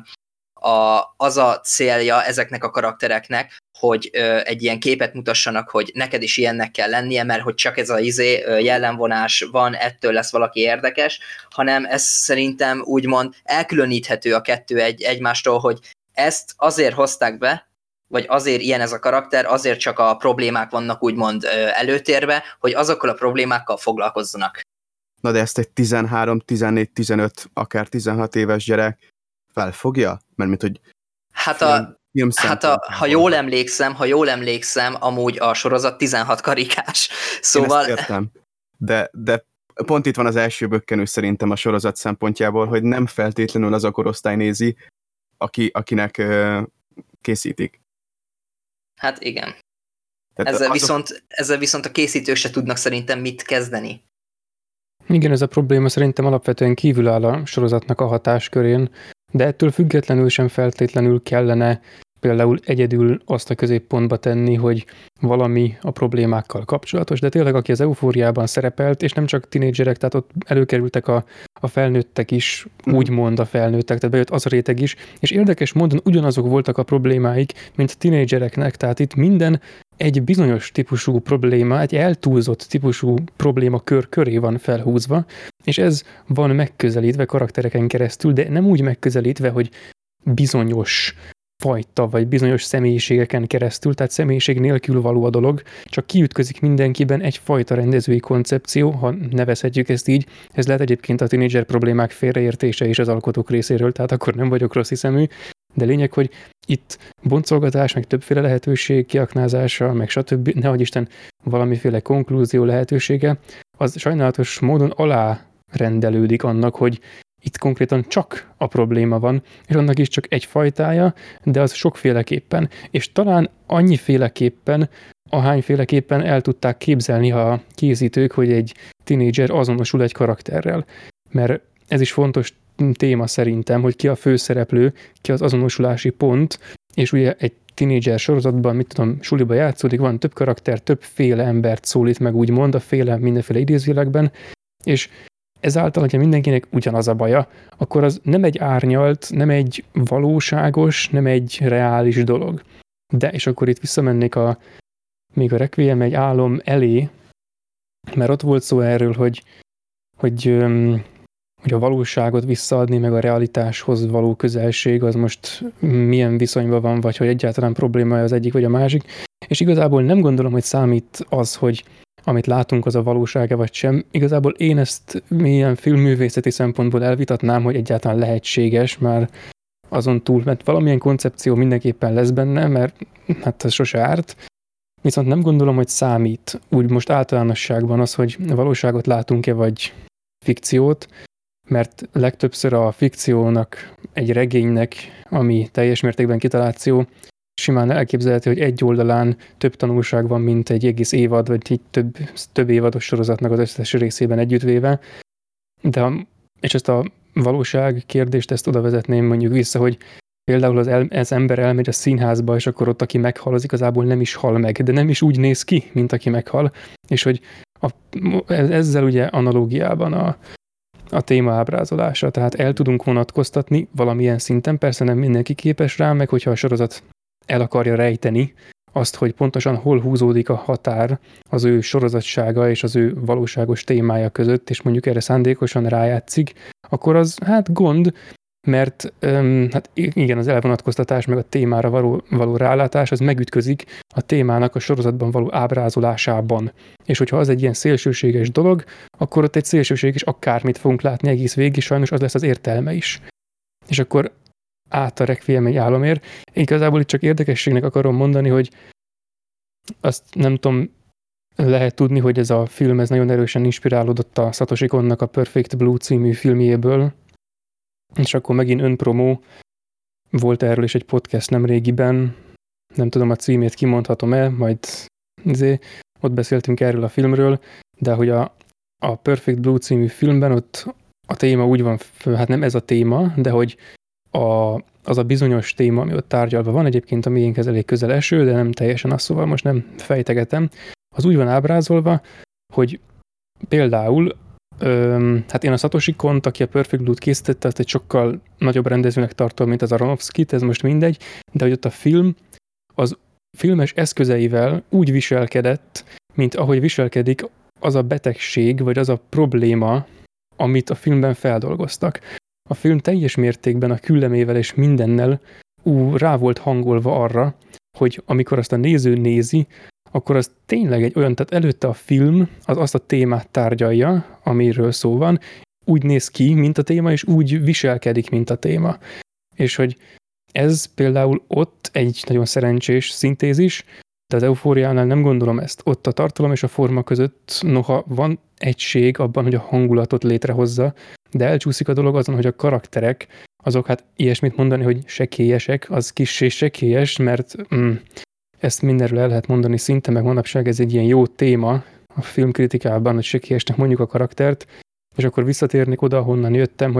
az a célja ezeknek a karaktereknek, hogy egy ilyen képet mutassanak, hogy neked is ilyennek kell lennie, mert hogy csak ez a jellemvonás van, ettől lesz valaki érdekes, hanem ez szerintem úgymond elkülöníthető a kettő egymástól, hogy ezt azért hozták be, vagy azért ilyen ez a karakter, azért csak a problémák vannak úgymond előtérbe, hogy azokkal a problémákkal foglalkozzanak. Na de ezt egy 13, 14, 15, akár 16 éves gyerek felfogja? Mert mint hogy ha jól emlékszem, amúgy a sorozat 16 karikás. Szóval... Én ezt értem. De pont itt van az első bökkenő szerintem a sorozat szempontjából, hogy nem feltétlenül az a korosztály nézi, akinek készítik. Hát igen. Ezzel viszont a készítők se tudnak szerintem mit kezdeni. Igen, ez a probléma szerintem alapvetően kívül áll a sorozatnak a hatáskörén, de ettől függetlenül sem feltétlenül kellene például egyedül azt a középpontba tenni, hogy valami a problémákkal kapcsolatos, de tényleg aki az Eufóriában szerepelt, és nem csak tinédzserek, tehát ott előkerültek a felnőttek is, úgymond a felnőttek, tehát bejött az a réteg is, és érdekes módon ugyanazok voltak a problémáik, mint tinédzsereknek, tehát itt minden egy bizonyos típusú probléma, egy eltúlzott típusú problémakör köré van felhúzva, és ez van megközelítve karaktereken keresztül, de nem úgy megközelítve, hogy bizonyos fajta, vagy bizonyos személyiségeken keresztül, tehát személyiség nélkül való a dolog, csak kiütközik mindenkiben egyfajta rendezői koncepció, ha nevezhetjük ezt így. Ez lehet egyébként a tínédzser problémák félreértése is az alkotók részéről, tehát akkor nem vagyok rossz hiszemű, de lényeg, hogy itt boncolgatás, meg többféle lehetőség kiaknázása, meg stb., nehogy Isten valamiféle konklúzió lehetősége, az sajnálatos módon alárendelődik annak, hogy itt konkrétan csak a probléma van, és annak is csak egy fajtája, de az sokféleképpen. És talán annyiféleképpen, ahányféleképpen el tudták képzelni a készítők, hogy egy tinédzser azonosul egy karakterrel. Mert ez is fontos téma szerintem, hogy ki a főszereplő, ki az azonosulási pont, és ugye egy tinédzser sorozatban, mit tudom, suliba játszódik, van több karakter, többféle embert szólít meg úgymond, a féle mindenféle idézőjelekben, és ezáltal, hogyha mindenkinek ugyanaz a baja, akkor az nem egy árnyalt, nem egy valóságos, nem egy reális dolog. De, és akkor itt visszamennék még a Requiem egy álom elé, mert ott volt szó erről, hogy a valóságot visszaadni, meg a realitáshoz való közelség, az most milyen viszonyban van, vagy hogy egyáltalán problémája az egyik vagy a másik. És igazából nem gondolom, hogy számít az, hogy amit látunk, az a valósága vagy sem. Igazából én ezt milyen filmművészeti szempontból elvitatnám, hogy egyáltalán lehetséges, már azon túl, mert valamilyen koncepció mindenképpen lesz benne, mert hát ez sose árt. Viszont nem gondolom, hogy számít úgy most általánosságban az, hogy valóságot látunk-e, vagy fikciót, mert legtöbbször a fikciónak, egy regénynek, ami teljes mértékben kitaláció, simán elképzelhető, hogy egy oldalán több tanulság van, mint egy egész évad, vagy egy több évados sorozatnak az összes részében együttvéve. És ezt a valóság kérdést, ezt oda vezetném mondjuk vissza, hogy például az ember elmegy a színházba, és akkor ott, aki meghal, az igazából nem is hal meg, de nem is úgy néz ki, mint aki meghal, és hogy ezzel ugye analógiában a téma ábrázolása, tehát el tudunk vonatkoztatni valamilyen szinten, persze nem mindenki képes rá, meg hogyha a sorozat el akarja rejteni azt, hogy pontosan hol húzódik a határ az ő sorozatsága és az ő valóságos témája között, és mondjuk erre szándékosan rájátszik, akkor az hát gond, mert hát igen, az elvonatkoztatás meg a témára való rálátás, az megütközik a témának a sorozatban való ábrázolásában. És hogyha az egy ilyen szélsőséges dolog, akkor ott egy szélsőséges akármit fogunk látni egész végig, sajnos az lesz az értelme is. És akkor át a Requiem egy álomért. Igazából itt csak érdekességnek akarom mondani, hogy azt nem tudom, lehet tudni, hogy ez a film ez nagyon erősen inspirálódott a Satoshi Konnak a Perfect Blue című filmjéből, és akkor megint önpromó, volt erről is egy podcast nemrégiben, nem tudom a címét kimondhatom-e, majd ott beszéltünk erről a filmről, de hogy a Perfect Blue című filmben ott a téma úgy van, hát nem ez a téma, de hogy az a bizonyos téma, ami ott tárgyalva van, egyébként a miénkhez elég közel eső, de nem teljesen az, szóval most nem fejtegetem, az úgy van ábrázolva, hogy például hát én a Satoshi Kont, aki a Perfect Blue-t készítette, azt egy sokkal nagyobb rendezőnek tartom, mint az Aronofskyt, ez most mindegy, de hogy ott a film az filmes eszközeivel úgy viselkedett, mint ahogy viselkedik az a betegség, vagy az a probléma, amit a filmben feldolgoztak. A film teljes mértékben a küllemével és mindennel rá volt hangolva arra, hogy amikor azt a néző nézi, akkor az tényleg egy olyan, tehát előtte a film az azt a témát tárgyalja, amiről szó van, úgy néz ki, mint a téma, és úgy viselkedik, mint a téma. És hogy ez például ott egy nagyon szerencsés szintézis, de az Eufóriánál nem gondolom ezt. Ott a tartalom és a forma között, noha van egység abban, hogy a hangulatot létrehozza, de elcsúszik a dolog azon, hogy a karakterek, azok hát ilyesmit mondani, hogy sekélyesek, az kissé sekélyes, mert ezt mindenről el lehet mondani szinte, meg manapság ez egy ilyen jó téma a filmkritikában, hogy sekélyesnek mondjuk a karaktert, és akkor visszatérnék oda, ahonnan jöttem,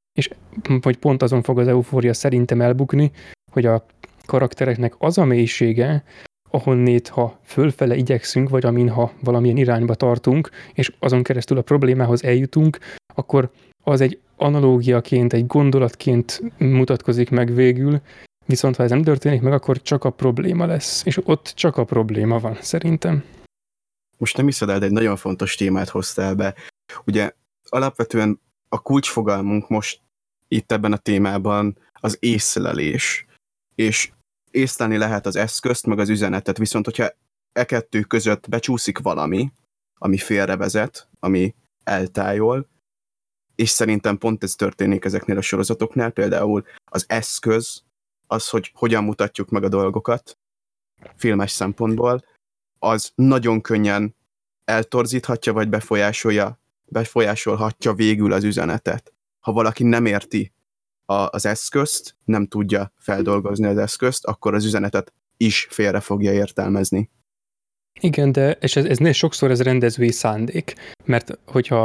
hogy pont azon fog az Eufória szerintem elbukni, hogy a karaktereknek az a mélysége, ahonnét, ha fölfele igyekszünk, vagy amin, ha valamilyen irányba tartunk, és azon keresztül a problémához eljutunk, akkor az egy analógiaként, egy gondolatként mutatkozik meg végül, viszont ha ez nem történik meg, akkor csak a probléma lesz. És ott csak a probléma van, szerintem. Most nem hiszed el, de egy nagyon fontos témát hoztál be. Ugye alapvetően a kulcsfogalmunk most itt ebben a témában az észlelés. És észlelni lehet az eszközt, meg az üzenetet, viszont hogyha e kettő között becsúszik valami, ami félrevezet, ami eltájol, és szerintem pont ez történik ezeknél a sorozatoknál, például az eszköz, az, hogy hogyan mutatjuk meg a dolgokat filmes szempontból, az nagyon könnyen eltorzíthatja, vagy befolyásolhatja végül az üzenetet. Ha valaki nem érti az eszközt, nem tudja feldolgozni az eszközt, akkor az üzenetet is félre fogja értelmezni. Igen, de és ez sokszor ez rendezői szándék, mert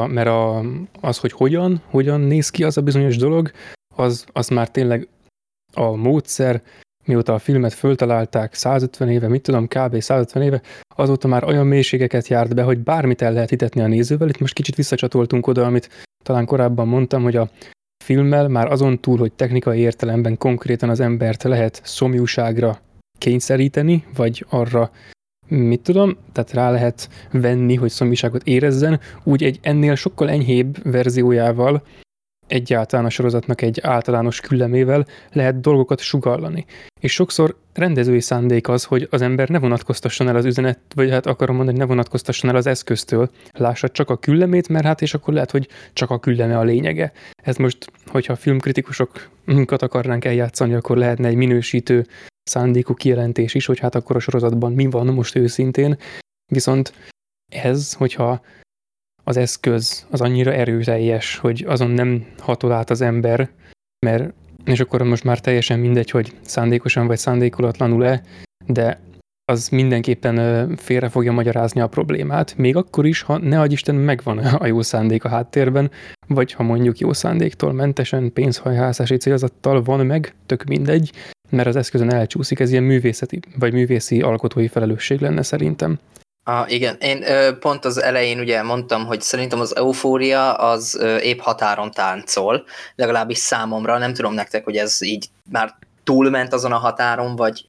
az, hogy hogyan néz ki az a bizonyos dolog, az már tényleg a módszer, mióta a filmet föltalálták 150 éve, kb. 150 éve, azóta már olyan mélységeket járt be, hogy bármit el lehet hitetni a nézővel. Itt most kicsit visszacsatoltunk oda, amit talán korábban mondtam, hogy a filmmel már azon túl, hogy technikai értelemben konkrétan az embert lehet szomjúságra kényszeríteni, vagy arra, tehát rá lehet venni, hogy szomjúságot érezzen, úgy egy ennél sokkal enyhébb verziójával, egyáltalán a sorozatnak egy általános küllemével lehet dolgokat sugallani. És sokszor rendezői szándék az, hogy az ember ne vonatkoztasson el az üzenet, vagy hát akarom mondani, ne vonatkoztasson el az eszköztől. Lássa csak a küllemét, mert hát és akkor lehet, hogy csak a külleme a lényege. Ez most, hogyha filmkritikusokat akarnánk eljátszani, akkor lehetne egy minősítő szándékú kijelentés is, hogy hát akkor a sorozatban mi van most őszintén. Viszont ez, hogyha az eszköz az annyira erőteljes, hogy azon nem hatol át az ember, mert és akkor most már teljesen mindegy, hogy szándékosan vagy szándékolatlanul-e, de az mindenképpen félre fogja magyarázni a problémát, még akkor is, ha ne adj Isten megvan a jó szándék a háttérben, vagy ha mondjuk jó szándéktól mentesen pénzhajhászási célzattal van meg, tök mindegy, mert az eszközön elcsúszik, ez ilyen művészeti vagy művészi alkotói felelősség lenne szerintem. Igen, én pont az elején ugye mondtam, hogy szerintem az eufória az épp határon táncol, legalábbis számomra, nem tudom nektek, hogy ez így már túlment azon a határon, vagy...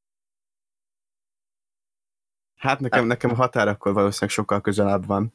Hát nekem a határ akkor valószínűleg sokkal közelebb van.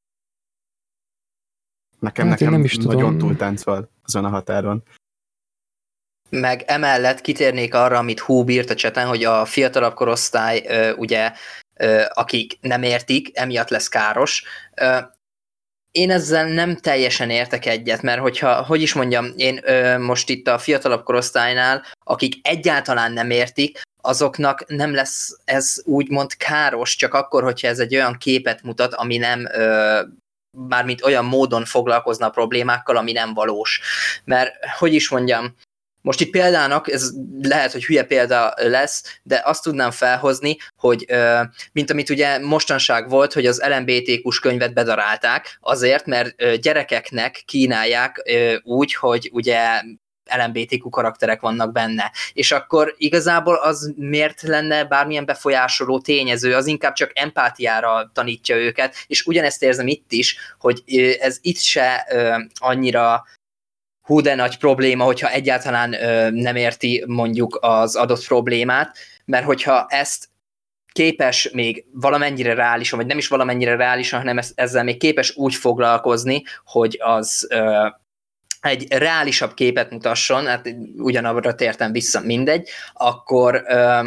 Nekem nem is nagyon tudom. túltáncol azon a határon. Meg emellett kitérnék arra, amit Hú írt a cseten, hogy a fiatalabb korosztály, ugye, akik nem értik, emiatt lesz káros. Én ezzel nem teljesen értek egyet, mert hogyha, hogy is mondjam, én most itt a fiatalabb korosztálynál, akik egyáltalán nem értik, azoknak nem lesz ez úgymond káros, csak akkor, hogyha ez egy olyan képet mutat, ami nem... mármint olyan módon foglalkozna a problémákkal, ami nem valós. Mert, hogy is mondjam, most itt példának, ez lehet, hogy hülye példa lesz, de azt tudnám felhozni, hogy mint amit ugye mostanság volt, hogy az LMBTQ-s könyvet bedarálták, azért, mert gyerekeknek kínálják úgy, hogy ugye LMBTQ karakterek vannak benne. És akkor igazából az miért lenne bármilyen befolyásoló tényező, az inkább csak empátiára tanítja őket, és ugyanezt érzem itt is, hogy ez itt se annyira hú de nagy probléma, hogyha egyáltalán nem érti mondjuk az adott problémát, mert hogyha ezt képes még valamennyire reálisan, vagy nem is valamennyire reálisan, hanem ezzel még képes úgy foglalkozni, hogy az egy reálisabb képet mutasson, hát ugyanabra tértem vissza, mindegy, akkor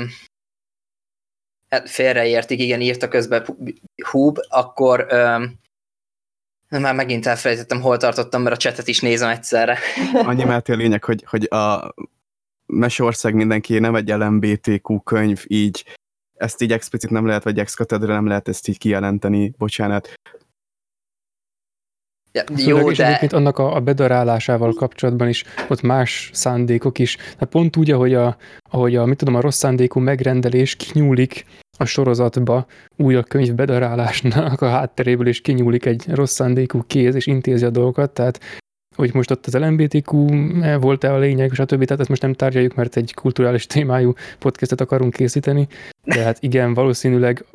hát félreértik, igen, írta közben Húb, akkor már megint elfelejtettem, hol tartottam, mert a csetet is nézem egyszerre. Annyi mert a lényeg, hogy a Meseország mindenki nem egy LMBTQ könyv, így ezt így explicit nem lehet, vagy ex-katedra nem lehet ezt így kijelenteni, bocsánat. Ja, jó, és egyébként annak a bedarálásával kapcsolatban is ott más szándékok is. Hát pont úgy, ahogy a mit tudom, a rossz szándékú megrendelés kinyúlik a sorozatba, úgy a könyv bedarálásnak a hátteréből is kinyúlik egy rossz szándékú kéz, és intézi a dolgokat, tehát hogy most ott az LMBTQ volt-e a lényeg, stb. Tehát ezt most nem tárgyaljuk, mert egy kulturális témájú podcastet akarunk készíteni, de hát igen, valószínűleg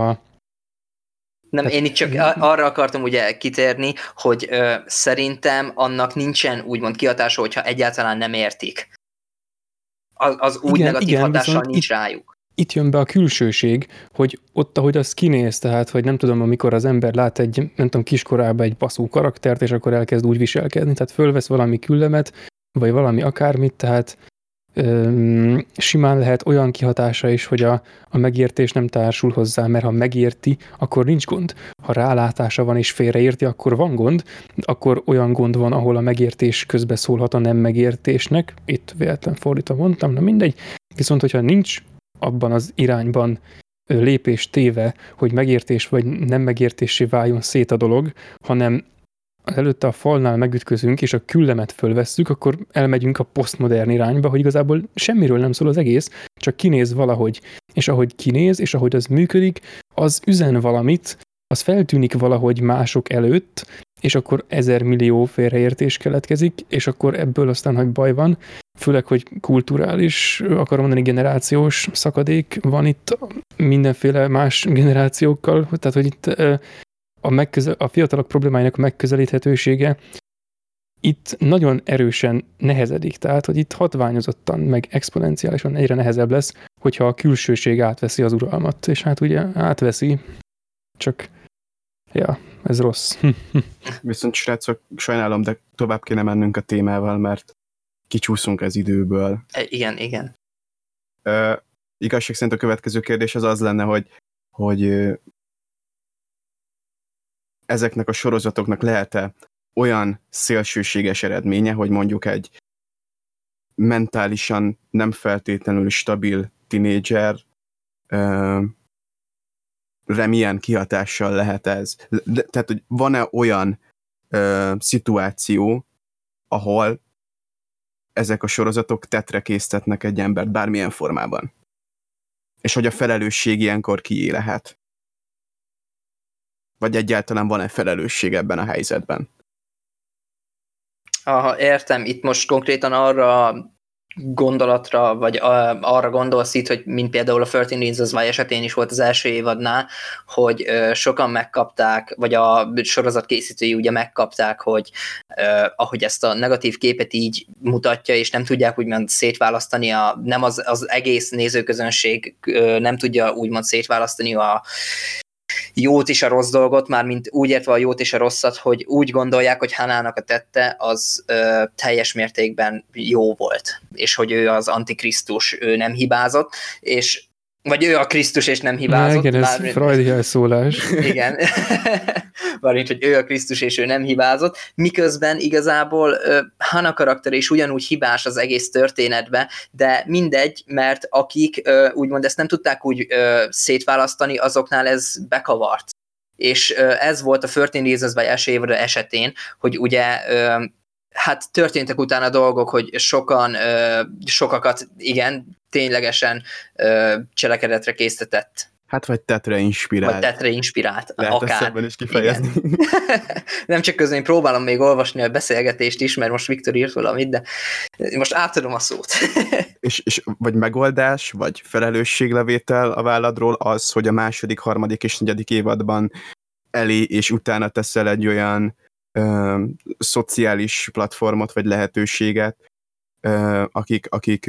Nem, én itt csak arra akartam ugye kitérni, hogy szerintem annak nincsen úgymond kihatása, hogyha egyáltalán nem értik. Az úgy igen, negatív hatással nincs rájuk. Itt jön be a külsőség, hogy ott, ahogy az kinéz, tehát, hogy nem tudom, amikor az ember lát egy, nem tudom, kiskorában egy baszó karaktert, és akkor elkezd úgy viselkedni, tehát fölvesz valami küllemet, vagy valami akármit, tehát simán lehet olyan kihatása is, hogy a megértés nem társul hozzá, mert ha megérti, akkor nincs gond. Ha rálátása van és félreérti, akkor van gond, akkor olyan gond van, ahol a megértés közbe szólhat a nem megértésnek. Itt véletlen fordítva mondtam, na mindegy. Viszont, hogyha nincs abban az irányban lépés téve, hogy megértés vagy nem megértésé váljon szét a dolog, hanem előtte a falnál megütközünk, és a küllemet fölvesszük, akkor elmegyünk a posztmodern irányba, hogy igazából semmiről nem szól az egész, csak kinéz valahogy. És ahogy kinéz, és ahogy az működik, az üzen valamit, az feltűnik valahogy mások előtt, és akkor 1000 millió félreértés keletkezik, és akkor ebből aztán, hogy baj van, főleg, hogy kulturális, akarom mondani, generációs szakadék van itt mindenféle más generációkkal, tehát, hogy itt a fiatalok problémáinak megközelíthetősége itt nagyon erősen nehezedik, tehát, hogy itt hatványozottan, meg exponenciálisan egyre nehezebb lesz, hogyha a külsőség átveszi az uralmat, és hát ugye átveszi, csak ja, ez rossz. Viszont srácok, sajnálom, de tovább kéne mennünk a témával, mert kicsúszunk az időből. Igen. Igazság szerint a következő kérdés az lenne, hogy ezeknek a sorozatoknak lehet-e olyan szélsőséges eredménye, hogy mondjuk egy mentálisan nem feltétlenül stabil tinédzser milyen kihatással lehet ez? Tehát, hogy van-e olyan szituáció, ahol ezek a sorozatok tetre késztetnek egy embert bármilyen formában. És hogy a felelősség ilyenkor kié lehet. Vagy egyáltalán van-e felelősség ebben a helyzetben? Aha, értem, itt most konkrétan arra gondolatra, vagy arra gondolsz itt, hogy mint például a 13 Reasons Why esetén is volt az első évadnál, hogy sokan megkapták, vagy a sorozat készítői ugye megkapták, hogy ahogy ezt a negatív képet így mutatja, és nem tudják úgymond szétválasztani, nem az egész nézőközönség nem tudja úgymond szétválasztani a jót és a rossz dolgot, mármint úgy értve a jót és a rosszat, hogy úgy gondolják, hogy Hannahnak a tette az teljes mértékben jó volt, és hogy ő az antikrisztus, ő nem hibázott, és vagy ő a Krisztus és nem hibázott. Igen, ez freudi elszólás. Igen. Mármint, hogy ő a Krisztus és ő nem hibázott, miközben igazából Hannah karakter is ugyanúgy hibás az egész történetbe, de mindegy, mert akik úgymond ezt nem tudták úgy szétválasztani, azoknál ez bekavart. És ez volt a 13 Reasons Why első évad esetén, hogy ugye hát történtek utána dolgok, hogy sokakat igen, ténylegesen cselekedetre késztetett. Hát vagy tetre inspirált. Vagy tetre inspirált. Lehet akár. ezt is kifejezni. Nem csak közben én próbálom még olvasni a beszélgetést is, mert most Viktor írt valamit, de most átadom a szót. és vagy megoldás, vagy felelősséglevétel a válladról az, hogy a második, harmadik és negyedik évadban elé és utána teszel egy olyan szociális platformot, vagy lehetőséget, akik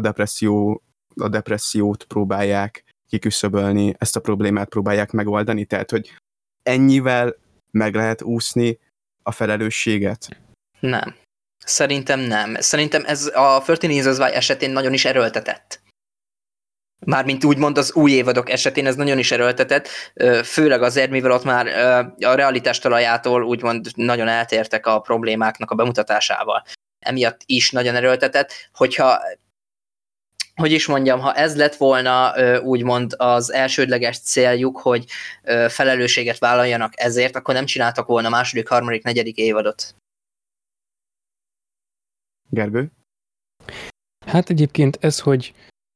a depressziót próbálják kiküszöbölni, ezt a problémát próbálják megoldani, tehát, hogy ennyivel meg lehet úszni a felelősséget? Nem. Szerintem nem. Szerintem ez a 13 Reasons Why esetén nagyon is erőltetett. Mármint úgymond az új évadok esetén ez nagyon is erőltetett, főleg azért, mivel ott már a realitás talajától úgymond nagyon eltértek a problémáknak a bemutatásával. Emiatt is nagyon erőltetett, hogyha hogy is mondjam, ha ez lett volna úgymond az elsődleges céljuk, hogy felelősséget vállaljanak ezért, akkor nem csináltak volna második, harmadik, negyedik évadot. Gergő? Hát egyébként ez, hogy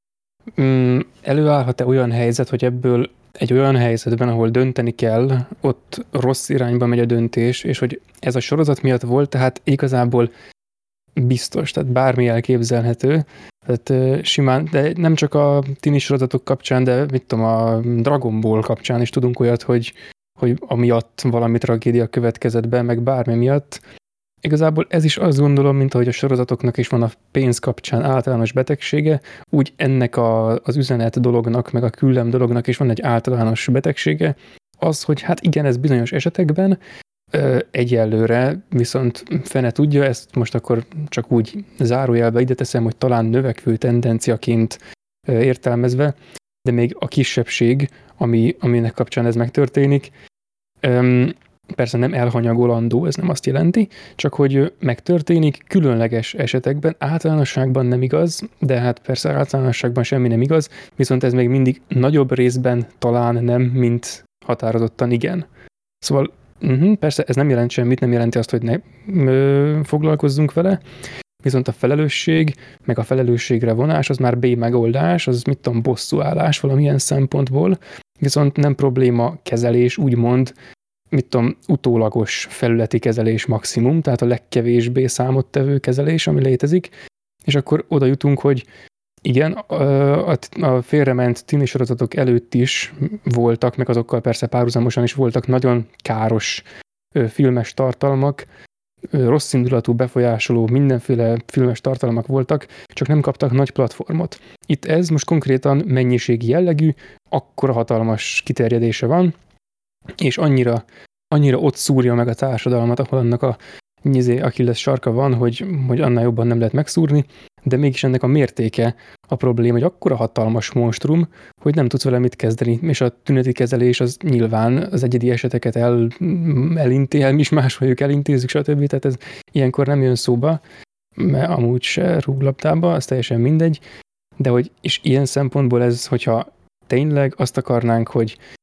előállhat-e olyan helyzet, hogy ebből egy olyan helyzetben, ahol dönteni kell, ott rossz irányba megy a döntés, és hogy ez a sorozat miatt volt, tehát igazából biztos, tehát bármi elképzelhető. Tehát simán, de nem csak a tini sorozatok kapcsán, de mit tudom, a Dragon Ball kapcsán is tudunk olyat, hogy amiatt valami tragédia következett be, meg bármi miatt. Igazából ez is azt gondolom, mint ahogy a sorozatoknak is van a pénz kapcsán általános betegsége, úgy ennek az üzenet dolognak, meg a küllem dolognak is van egy általános betegsége. Az, hogy hát igen, ez bizonyos esetekben egyelőre, viszont fene tudja, ezt most akkor csak úgy zárójelbe ide teszem, hogy talán növekvő tendenciaként értelmezve, de még a kisebbség, aminek kapcsán ez megtörténik, persze nem elhanyagolandó, ez nem azt jelenti, csak hogy megtörténik különleges esetekben, általánosságban nem igaz, de hát persze általánosságban semmi nem igaz, viszont ez még mindig nagyobb részben talán nem, mint határozottan igen. Szóval persze ez nem jelent semmit, nem jelenti azt, hogy ne foglalkozzunk vele, viszont a felelősség, meg a felelősségre vonás, az már B megoldás, az mit tudom, bosszúállás valamilyen szempontból, viszont nem probléma kezelés, úgymond, mit tudom, utólagos felületi kezelés maximum, tehát a legkevésbé számottevő kezelés, ami létezik, és akkor oda jutunk, hogy igen, a félrement tini sorozatok előtt is voltak, meg azokkal persze párhuzamosan is voltak nagyon káros filmes tartalmak, rosszindulatú, befolyásoló, mindenféle filmes tartalmak voltak, csak nem kaptak nagy platformot. Itt ez most konkrétan mennyiségi jellegű, akkora hatalmas kiterjedése van, és annyira ott szúrja meg a társadalmat, ahol annak a Achilles sarka van, hogy annál jobban nem lehet megszúrni, de mégis ennek a mértéke a probléma, hogy akkora hatalmas monstrum, hogy nem tudsz vele mit kezdeni, és a tüneti kezelés az nyilván az egyedi eseteket elintél, mi is máshogy elintézzük, stb. Tehát ez ilyenkor nem jön szóba, mert amúgy se rúglabdába, az teljesen mindegy, de hogy és ilyen szempontból ez, hogyha tényleg azt akarnánk, hogy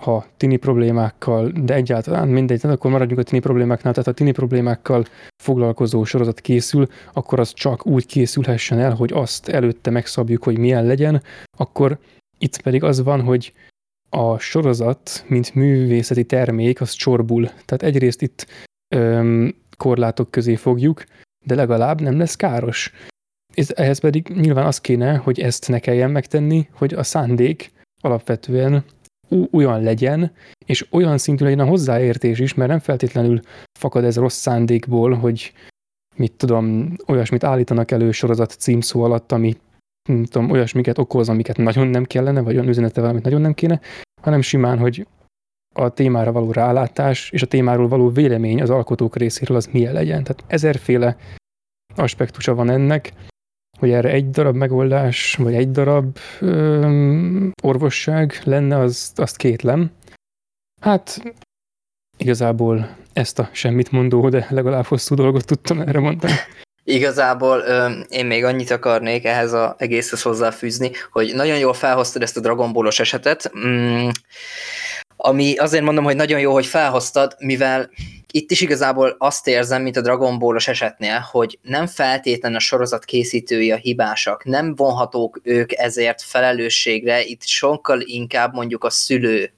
ha tini problémákkal, de egyáltalán mindegy, akkor maradjunk a tini problémáknál, tehát ha tini problémákkal foglalkozó sorozat készül, akkor az csak úgy készülhessen el, hogy azt előtte megszabjuk, hogy milyen legyen, akkor itt pedig az van, hogy a sorozat, mint művészeti termék, az csorbul. Tehát egyrészt itt korlátok közé fogjuk, de legalább nem lesz káros. Ehhez pedig nyilván az kéne, hogy ezt ne kelljen megtenni, hogy a szándék alapvetően olyan legyen, és olyan szintű legyen a hozzáértés is, mert nem feltétlenül fakad ez rossz szándékból, hogy mit tudom, olyasmit állítanak elő sorozat címszó alatt, ami nem tudom, olyasmiket okoz, amiket nagyon nem kellene, vagy olyan üzenete valamit nagyon nem kéne, hanem simán, hogy a témára való rálátás és a témáról való vélemény az alkotók részéről az milyen legyen. Tehát ezerféle aspektusa van ennek, hogy erre egy darab megoldás, vagy egy darab orvosság lenne, azt kétlem. Hát igazából ezt a semmit mondó, de legalább hosszú dolgot tudtam erre mondani. Igazából én még annyit akarnék ehhez az egészhez hozzáfűzni, hogy nagyon jól felhoztad ezt a Dragon Ball-os esetet, ami azért mondom, hogy nagyon jó, hogy felhoztad, mivel itt is igazából azt érzem, mint a Dragon Ball-os esetnél, hogy nem feltétlen a sorozat készítői a hibásak, nem vonhatók ők ezért felelősségre, itt sokkal inkább mondjuk a szülő,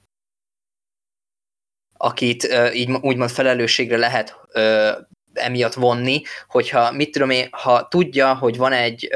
akit így úgymond felelősségre lehet emiatt vonni, hogyha, mit tudom én, ha tudja, hogy van egy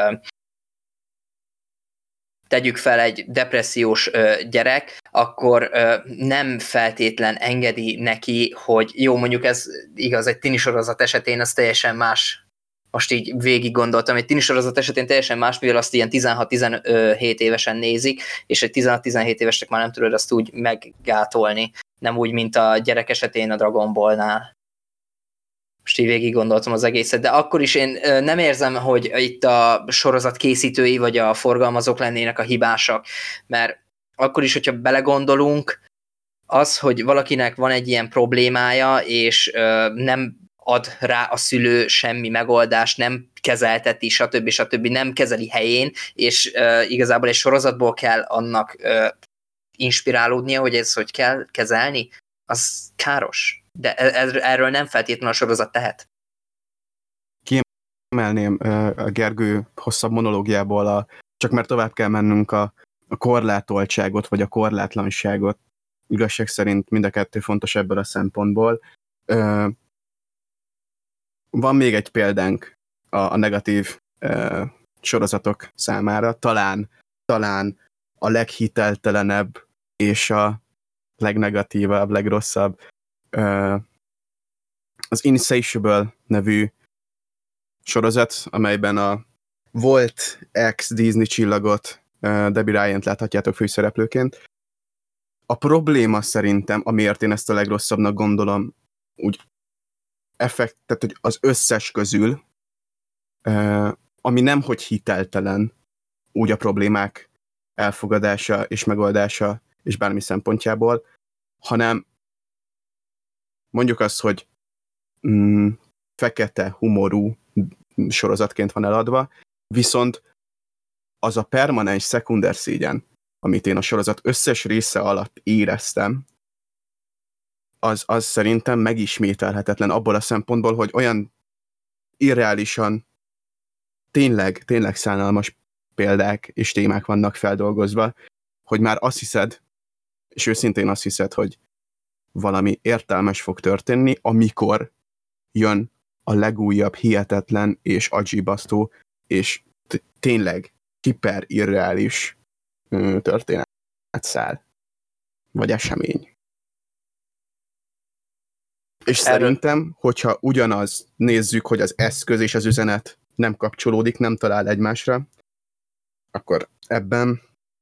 tegyük fel egy depressziós gyerek, akkor nem feltétlen engedi neki, hogy jó, mondjuk ez igaz, egy tini sorozat esetén ez teljesen más. Most így végig gondoltam, egy tini sorozat esetén teljesen más, mivel azt ilyen 16-17 évesen nézik, és egy 16-17 évesnek már nem tudod azt úgy meggátolni. Nem úgy, mint a gyerek esetén a Dragon Ball-nál. Most így végig gondoltam az egészet, de akkor is én nem érzem, hogy itt a sorozat készítői vagy a forgalmazók lennének a hibásak, mert akkor is, hogyha belegondolunk, az, hogy valakinek van egy ilyen problémája, és nem ad rá a szülő semmi megoldást, nem kezelteti, stb. Nem kezeli helyén, és igazából egy sorozatból kell annak inspirálódnia, hogy ez hogy kell kezelni, az káros. De erről nem feltétlenül a sorozat tehet. Kiemelném a Gergő hosszabb monológiából, csak mert tovább kell mennünk a korlátoltságot, vagy a korlátlanságot. Igazság szerint mind a kettő fontos ebből a szempontból. Van még egy példánk a negatív sorozatok számára. Talán a leghiteltelenebb és a legnegatívabb, legrosszabb az Insatiable nevű sorozat, amelyben a volt ex-Disney csillagot, Debbie Ryan-t láthatjátok főszereplőként. A probléma szerintem, amiért én ezt a legrosszabbnak gondolom, úgy tehát hogy az összes közül, ami nemhogy hiteltelen, úgy a problémák elfogadása és megoldása és bármi szempontjából, hanem mondjuk azt, hogy fekete humorú sorozatként van eladva, viszont az a permanens szekunder szégyen, amit én a sorozat összes része alatt éreztem, az szerintem megismételhetetlen abból a szempontból, hogy olyan irreálisan tényleg szánalmas példák és témák vannak feldolgozva, hogy már azt hiszed, és őszintén azt hiszed, hogy valami értelmes fog történni, amikor jön a legújabb, hihetetlen és agyibasztó, és tényleg hiper irreális történetszál, vagy esemény. És szerintem, hogyha ugyanaz nézzük, hogy az eszköz és az üzenet nem kapcsolódik, nem talál egymásra, akkor ebben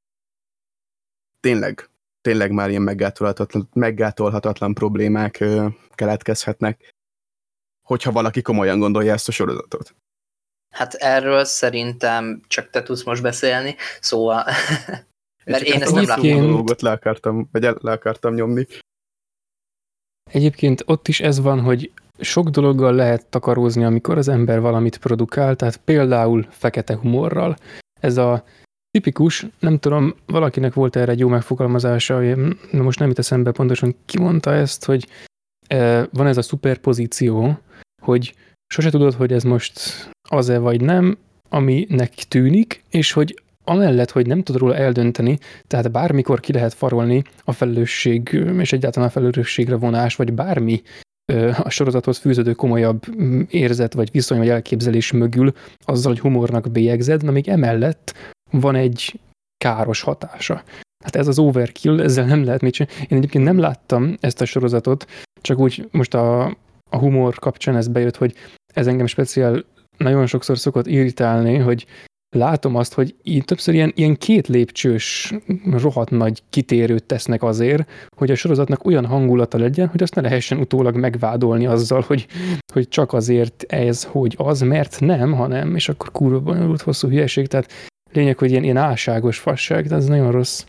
tényleg már ilyen meggátolhatatlan problémák keletkezhetnek, hogyha valaki komolyan gondolja ezt a sorozatot. Hát erről szerintem csak te tudsz most beszélni, szóval... mert én ezt nem látom. Le akartam nyomni. Egyébként ott is ez van, hogy sok dologgal lehet takarózni, amikor az ember valamit produkál, tehát például fekete humorral. Ez a tipikus, nem tudom, valakinek volt erre egy jó megfogalmazása, most nem jut eszembe pontosan ki mondta ezt, hogy van ez a szuperpozíció, hogy sose tudod, hogy ez most az-e vagy nem, aminek tűnik, és hogy amellett, hogy nem tudod róla eldönteni, tehát bármikor ki lehet farolni a felelősség, és egyáltalán a felelősségre vonás, vagy bármi a sorozathoz fűződő komolyabb érzet, vagy viszony, vagy elképzelés mögül, azzal, hogy humornak bélyegzed, na még emellett van egy káros hatása. Hát ez az overkill, ezzel nem lehet mit csinálni. Én egyébként nem láttam ezt a sorozatot, csak úgy most a humor kapcsán ez bejött, hogy ez engem speciál nagyon sokszor szokott irritálni, hogy látom azt, hogy így többször ilyen 2 lépcsős rohadt nagy kitérőt tesznek azért, hogy a sorozatnak olyan hangulata legyen, hogy azt ne lehessen utólag megvádolni azzal, hogy csak azért ez, hogy az, mert nem, hanem, és akkor kurva bonyolult hosszú hülyeség, tehát lényeg, hogy ilyen álságos fasság, de ez nagyon rossz.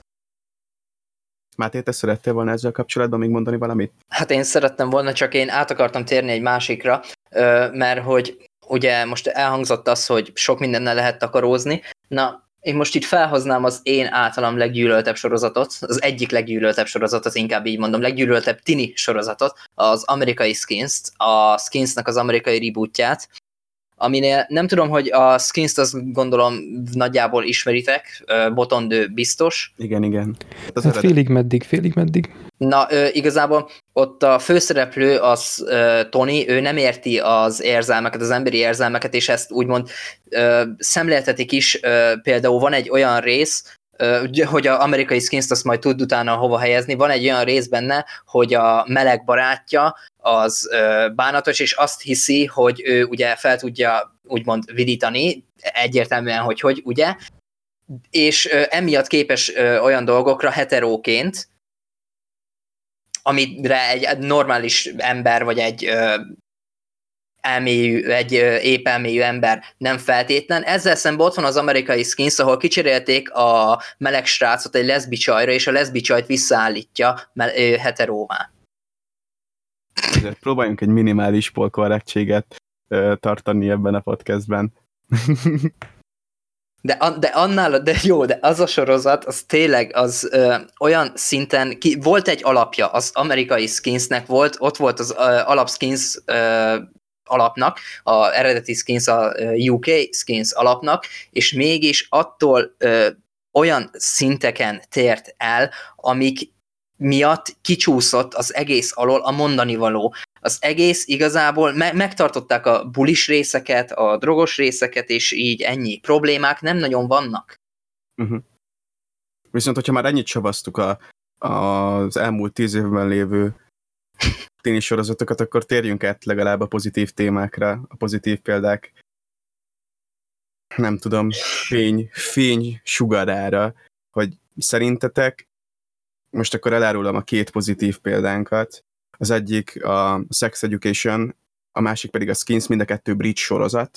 Máté, te szerettél volna ezzel kapcsolatban még mondani valamit? Hát én szerettem volna, csak én át akartam térni egy másikra, mert hogy ugye most elhangzott az, hogy sok mindennel lehet takarózni. Na, én most itt felhoznám az én általam leggyűlöltebb sorozatot, az egyik leggyűlöltebb sorozatot, inkább így mondom, leggyűlöltebb tini sorozatot, az amerikai Skins-t, a Skins-nek az amerikai rebootját, aminél nem tudom, hogy a Skins-t azt gondolom nagyjából ismeritek, Botondő biztos. Igen. Hát félig meddig. Na, igazából ott a főszereplő, az Tony, ő nem érti az érzelmeket, az emberi érzelmeket, és ezt úgymond szemléltetik is. Például van egy olyan rész, hogy az amerikai Skins-t azt majd tud utána hova helyezni, van egy olyan rész benne, hogy a meleg barátja az bánatos, és azt hiszi, hogy ő ugye fel tudja úgymond vidítani, egyértelműen, hogy ugye, és emiatt képes olyan dolgokra heteróként, amire egy normális ember, vagy egy épp elmélyű ember nem feltétlen. Ezzel szemben ott van az amerikai Skins, ahol kicserélték a meleg srácot egy leszbi csajra, és a leszbi csajt visszaállítja heteróvá. Ezért próbáljunk egy minimális polkorrektséget tartani ebben a podcastben. De az a sorozat, az tényleg az olyan szinten, volt egy alapja, az amerikai Skinsnek ott volt az alap Skins alapnak, az eredeti Skins a UK Skins alapnak, és mégis attól olyan szinteken tért el, amik miatt kicsúszott az egész alól a mondani való. Az egész igazából megtartották a bulis részeket, a drogos részeket, és így ennyi. Problémák nem nagyon vannak. Uh-huh. Viszont, hogyha már ennyit savaztuk az elmúlt 10 évben lévő téni sorozatokat, akkor térjünk át legalább a pozitív témákra, a pozitív példák, nem tudom, fény sugarára, hogy szerintetek, most akkor elárulom a 2 pozitív példánkat, az egyik a Sex Education, a másik pedig a Skins, mind a 2 brit sorozat.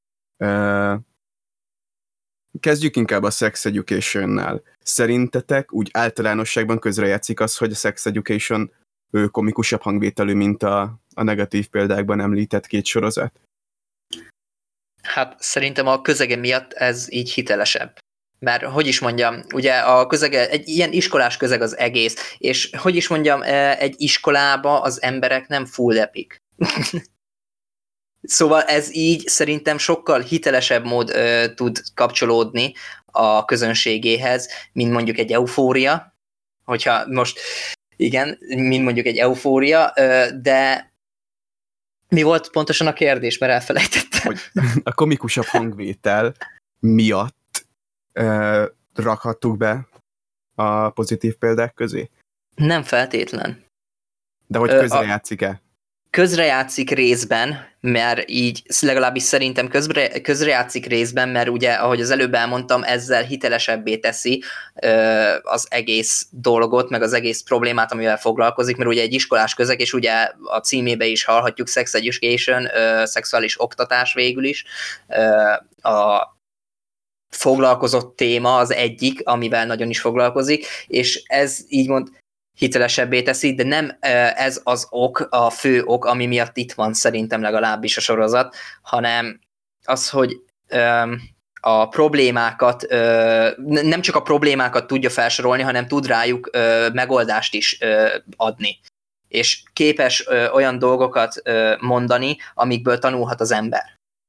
Kezdjük inkább a Sex Education-nál. Szerintetek úgy általánosságban közrejátszik az, hogy a Sex Education komikusabb hangvételű, mint a negatív példákban említett 2 sorozat? Hát szerintem a közege miatt ez így hitelesebb. Mert, hogy is mondjam, ugye a közege, egy ilyen iskolás közeg az egész, és hogy is mondjam, egy iskolába az emberek nem full epik. Szóval ez így szerintem sokkal hitelesebb mód tud kapcsolódni a közönségéhez, mint mondjuk egy Eufória, hogyha most, igen, mint mondjuk egy Eufória, de mi volt pontosan a kérdés, mert elfelejtettem. Hogy a komikusabb hangvétel miatt rakhattuk be a pozitív példák közé? Nem feltétlen. De hogy közrejátszik-e? Közrejátszik részben, mert így legalábbis szerintem közrejátszik részben, mert ugye, ahogy az előbb elmondtam, ezzel hitelesebbé teszi az egész dolgot, meg az egész problémát, amivel foglalkozik, mert ugye egy iskolás közeg, és ugye a címébe is hallhatjuk Sex Education, szexuális oktatás végül is, a foglalkozott téma az egyik, amivel nagyon is foglalkozik, és ez így mond hitelesebbé teszi, de nem ez az ok, a fő ok, ami miatt itt van szerintem legalábbis a sorozat, hanem az, hogy a problémákat, nem csak a problémákat tudja felsorolni, hanem tud rájuk megoldást is adni. És képes olyan dolgokat mondani, amikből tanulhat az ember.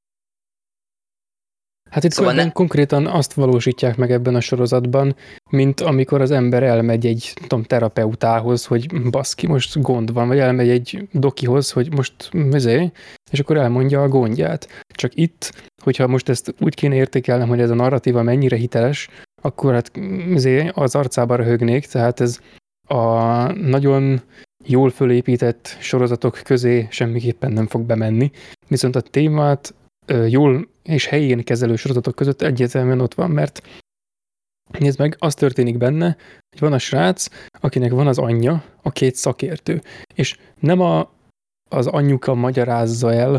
Hát itt szóval konkrétan azt valósítják meg ebben a sorozatban, mint amikor az ember elmegy egy terapeutához, hogy baszki, most gond van, vagy elmegy egy dokihoz, hogy most és akkor elmondja a gondját. Csak itt, hogyha most ezt úgy kéne értékelnem, hogy ez a narratíva mennyire hiteles, akkor hát az arcába röhögnék, tehát ez a nagyon jól fölépített sorozatok közé semmiképpen nem fog bemenni. Viszont a témát jól és helyén kezelő sorozatok között egyértelműen ott van, mert nézd meg, az történik benne, hogy van a srác, akinek van az anyja, a két szakértő, és nem az anyuka magyarázza el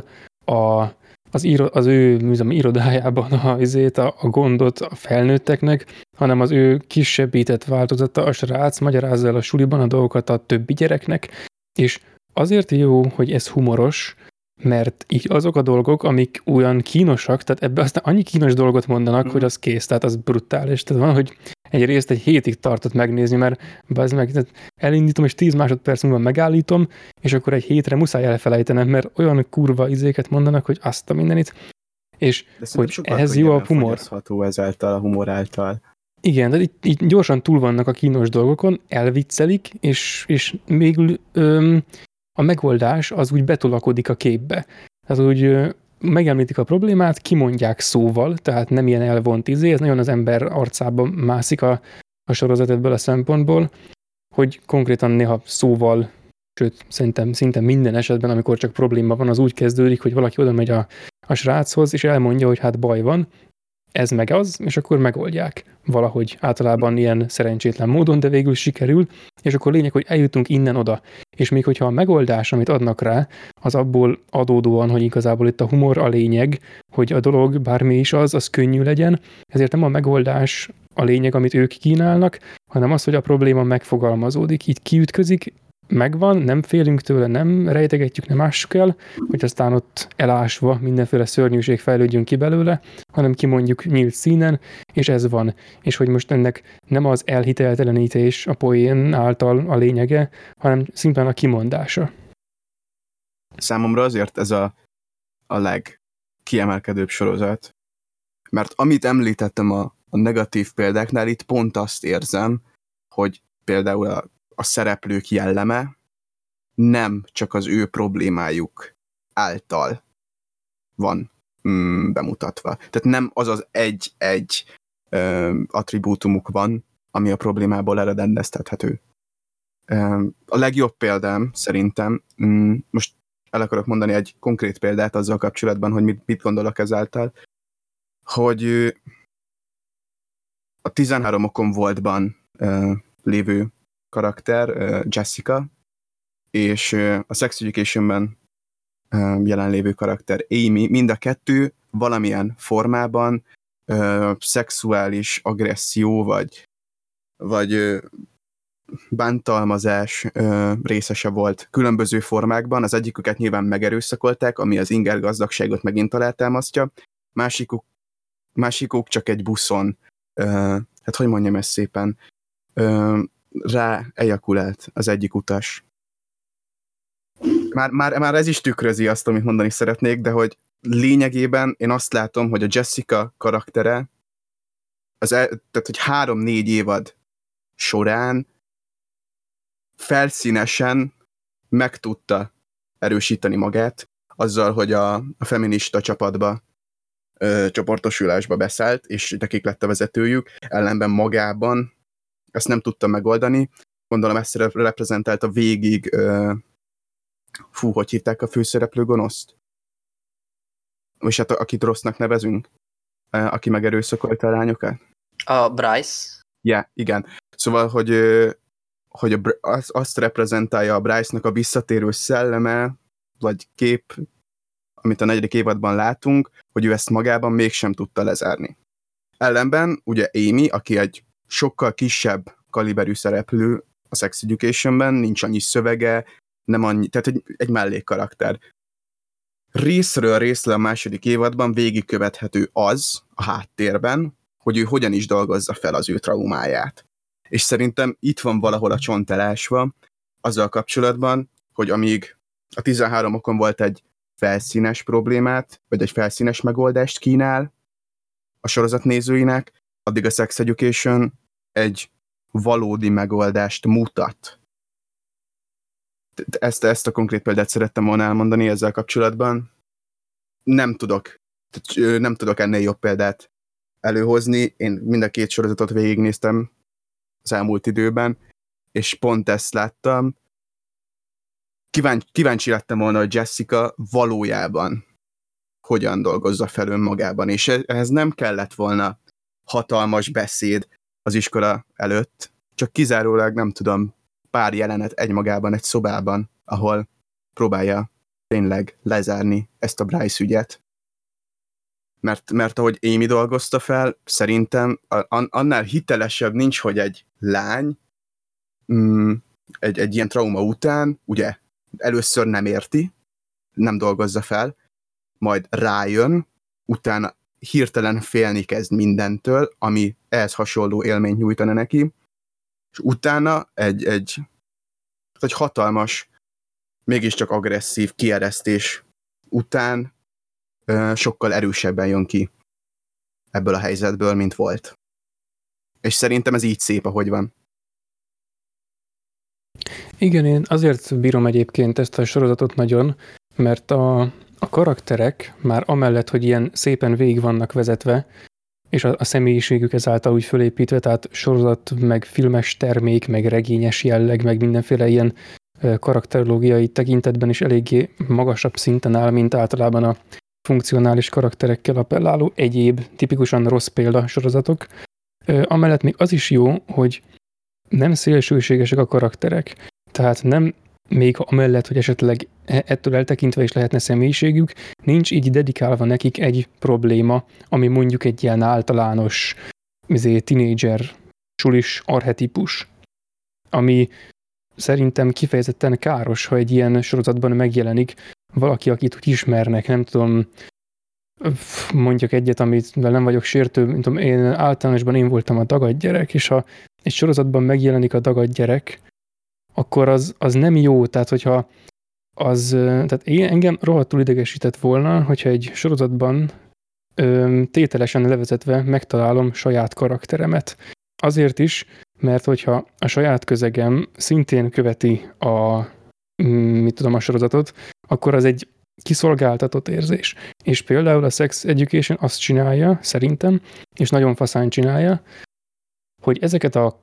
az ő irodájában a gondot a felnőtteknek, hanem az ő kisebbített változata, a srác magyarázza el a suliban a dolgokat a többi gyereknek, és azért jó, hogy ez humoros, mert így azok a dolgok, amik olyan kínosak, tehát ebbe aztán annyi kínos dolgot mondanak, hogy az kész, tehát az brutális. Tehát van, hogy egy részt egy hétig tartott megnézni, mert elindítom, és 10 másodperc múlva megállítom, és akkor egy hétre muszáj elfelejtenem, mert olyan kurva izéket mondanak, hogy azt a mindenit. És hogy ehhez jó a humor. Ezáltal, a humor által. Igen, de így gyorsan túl vannak a kínos dolgokon, elviccelik, és még a megoldás az úgy betolakodik a képbe. Tehát úgy megemlítik a problémát, kimondják szóval, tehát nem ilyen elvont ez nagyon az ember arcában mászik a sorozat ebből a szempontból, hogy konkrétan néha szóval, sőt, szerintem szinte minden esetben, amikor csak probléma van, az úgy kezdődik, hogy valaki oda megy a sráchoz, és elmondja, hogy hát baj van, ez meg az, és akkor megoldják valahogy általában ilyen szerencsétlen módon, de végül sikerül, és akkor lényeg, hogy eljutunk innen oda. És még hogyha a megoldás, amit adnak rá, az abból adódóan, hogy igazából itt a humor a lényeg, hogy a dolog, bármi is az könnyű legyen, ezért nem a megoldás a lényeg, amit ők kínálnak, hanem az, hogy a probléma megfogalmazódik, itt kiütközik, megvan, nem félünk tőle, nem rejtegetjük, nem ássuk el, hogy aztán ott elásva mindenféle szörnyűség fejlődjön ki belőle, hanem kimondjuk nyílt színen, és ez van. És hogy most ennek nem az elhiteltelenítés a poén által a lényege, hanem szimplán a kimondása. Számomra azért ez a legkiemelkedőbb sorozat, mert amit említettem a negatív példáknál, itt pont azt érzem, hogy például a szereplők jelleme nem csak az ő problémájuk által van bemutatva. Tehát nem az egy attribútumuk van, ami a problémából eredendeztethető. A legjobb példám szerintem, most el akarok mondani egy konkrét példát azzal kapcsolatban, hogy mit gondolok ezáltal, hogy a 13 okon voltban lévő karakter, Jessica, és a Sex Education-ben jelenlévő karakter, Amy, mind a kettő valamilyen formában szexuális agresszió, vagy bántalmazás részese volt különböző formákban. Az egyiküket nyilván megerőszakolták, ami az inger gazdagságot megint alátámasztja, másikuk csak egy buszon, hát hogy mondjam ezt szépen, rá ejakulált az egyik utas. Már ez is tükrözi azt, amit mondani szeretnék, de hogy lényegében én azt látom, hogy a Jessica karaktere, tehát hogy 3-4 évad során felszínesen meg tudta erősíteni magát azzal, hogy a feminista csapatba, csoportosulásba beszállt, és nekik lett a vezetőjük, ellenben magában ezt nem tudta megoldani. Gondolom ezt reprezentálta végig, hogy hívták a főszereplő gonoszt? És hát akit rossznak nevezünk? Aki megerőszakolta a lányokat? A Bryce? Ja, igen. Szóval, hogy azt reprezentálja a Bryce-nak a visszatérő szelleme, vagy kép, amit a 4. évadban látunk, hogy ő ezt magában mégsem tudta lezárni. Ellenben ugye Amy, aki egy sokkal kisebb kaliberű szereplő a Sex Education-ben, nincs annyi szövege, nem annyi, tehát egy mellékkarakter. részről részre a második évadban végigkövethető az a háttérben, hogy ő hogyan is dolgozza fel az ő traumáját. És szerintem itt van valahol a csont elásva azzal kapcsolatban, hogy amíg a 13 okon volt egy felszínes problémát, vagy egy felszínes megoldást kínál a sorozat nézőinek, addig a Sex Education egy valódi megoldást mutat. Ezt a konkrét példát szerettem volna elmondani ezzel kapcsolatban. Nem tudok ennél jobb példát előhozni. Én mind a két sorozatot végignéztem az elmúlt időben, és pont ezt láttam. Kíváncsi lettem volna, hogy Jessica valójában hogyan dolgozza fel önmagában, és ehhez nem kellett volna hatalmas beszéd az iskola előtt, csak kizárólag, nem tudom, pár jelenet egymagában egy szobában, ahol próbálja tényleg lezárni ezt a Bryce ügyet. Mert ahogy Amy dolgozta fel, szerintem annál hitelesebb nincs, hogy egy lány egy ilyen trauma után, ugye, először nem érti, nem dolgozza fel, majd rájön, utána hirtelen félni kezd mindentől, ami ehhez hasonló élményt nyújtana neki, és utána egy hatalmas, mégiscsak agresszív kieresztés után sokkal erősebben jön ki ebből a helyzetből, mint volt. És szerintem ez így szép, ahogy van. Igen, én azért bírom egyébként ezt a sorozatot nagyon, mert a karakterek már amellett, hogy ilyen szépen végig vannak vezetve, és a személyiségük ezáltal úgy fölépítve, tehát sorozat, meg filmes termék, meg regényes jelleg, meg mindenféle ilyen karakterológiai tekintetben is eléggé magasabb szinten áll, mint általában a funkcionális karakterekkel appelláló egyéb, tipikusan rossz példa sorozatok. Amellett még az is jó, hogy nem szélsőségesek a karakterek, tehát nem még amellett, hogy esetleg ettől eltekintve is lehetne személyiségük, nincs így dedikálva nekik egy probléma, ami mondjuk egy ilyen általános tinédzser, sulis archetípus, ami szerintem kifejezetten káros, ha egy ilyen sorozatban megjelenik valaki, akit úgy ismernek, nem tudom, mondjak egyet, amivel nem vagyok sértő, mint tudom, én általánosban én voltam a dagadt gyerek, és ha egy sorozatban megjelenik a dagadt gyerek, akkor az nem jó, tehát hogyha tehát engem rohadtul idegesített volna, hogyha egy sorozatban tételesen levezetve megtalálom saját karakteremet. Azért is, mert hogyha a saját közegem szintén követi a sorozatot, akkor az egy kiszolgáltatott érzés. És például a Sex Education azt csinálja, szerintem, és nagyon faszán csinálja, hogy ezeket a,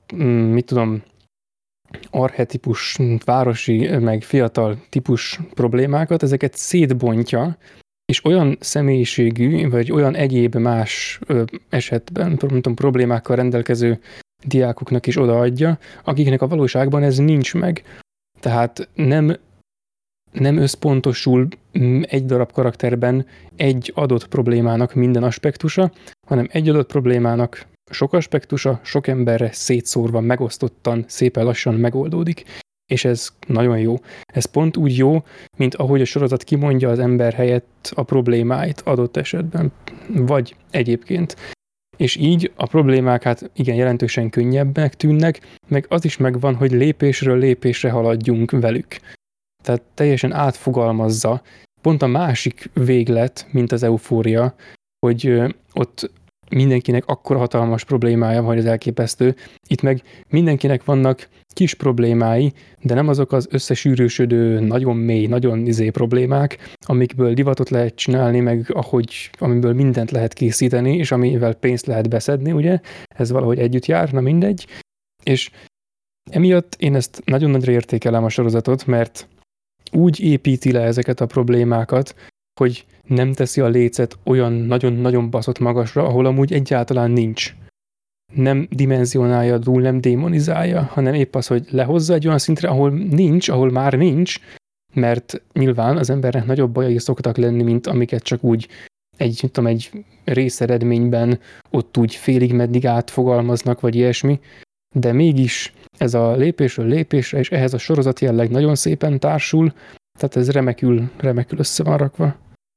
archetípus, városi, meg fiatal típus problémákat, ezeket szétbontja, és olyan személyiségű, vagy olyan egyéb más esetben, problémákkal rendelkező diákoknak is odaadja, akiknek a valóságban ez nincs meg. Tehát nem összpontosul egy darab karakterben egy adott problémának minden aspektusa, hanem egy adott problémának sok aspektusa, sok emberre szétszórva, megosztottan, szépen lassan megoldódik, és ez nagyon jó. Ez pont úgy jó, mint ahogy a sorozat kimondja az ember helyett a problémáit adott esetben, vagy egyébként. És így a problémák hát igen jelentősen könnyebbnek tűnnek, meg az is megvan, hogy lépésről lépésre haladjunk velük. Tehát teljesen átfogalmazza, pont a másik véglet, mint az Eufória, hogy ott mindenkinek akkora hatalmas problémája, vagy az elképesztő. Itt meg mindenkinek vannak kis problémái, de nem azok az összesűrűsödő, nagyon mély, nagyon problémák, amikből divatot lehet csinálni, meg amiből mindent lehet készíteni, és amivel pénzt lehet beszedni, ugye? Ez valahogy együtt jár, na mindegy. És emiatt én ezt nagyon nagyra értékelem a sorozatot, mert úgy építi le ezeket a problémákat, hogy nem teszi a lécet olyan nagyon-nagyon baszott magasra, ahol amúgy egyáltalán nincs. Nem dimenzionálja túl, nem démonizálja, hanem épp az, hogy lehozza egy olyan szintre, ahol már nincs, mert nyilván az embernek nagyobb bajai szoktak lenni, mint amiket csak úgy egy részeredményben ott úgy félig meddig átfogalmaznak, vagy ilyesmi, de mégis ez a lépésről lépésre, és ehhez a sorozat jelleg nagyon szépen társul, tehát ez remekül össze van rakva.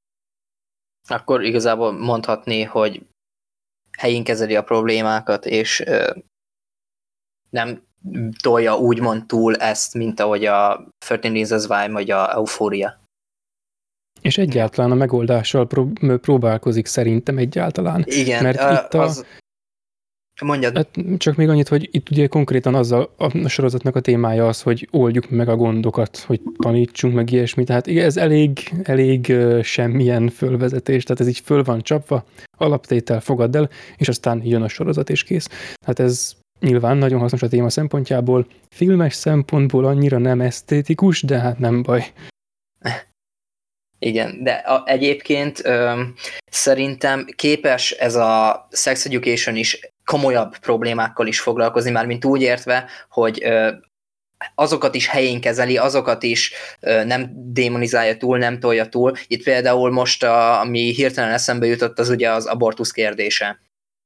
Akkor igazából mondhatni, hogy helyén kezeli a problémákat, és nem tolja úgymond túl ezt, mint ahogy a 13 Reasons Why vagy a Euphoria. És egyáltalán a megoldással próbálkozik szerintem egyáltalán. Igen, mert itt mondjad. Hát csak még annyit, hogy itt ugye konkrétan azzal a sorozatnak a témája az, hogy oldjuk meg a gondokat, hogy tanítsunk meg ilyesmi. Tehát ez elég semmilyen fölvezetés, tehát ez így föl van csapva, alaptétel fogadd el, és aztán jön a sorozat és kész. Hát ez nyilván nagyon hasznos a téma szempontjából, filmes szempontból annyira nem esztétikus, de hát nem baj. Igen, de egyébként szerintem képes ez a Sex Education is komolyabb problémákkal is foglalkozni, már mint úgy értve, hogy azokat is helyén kezeli, azokat is nem démonizálja túl, nem tolja túl. Itt például most, ami hirtelen eszembe jutott, az ugye az abortusz kérdése.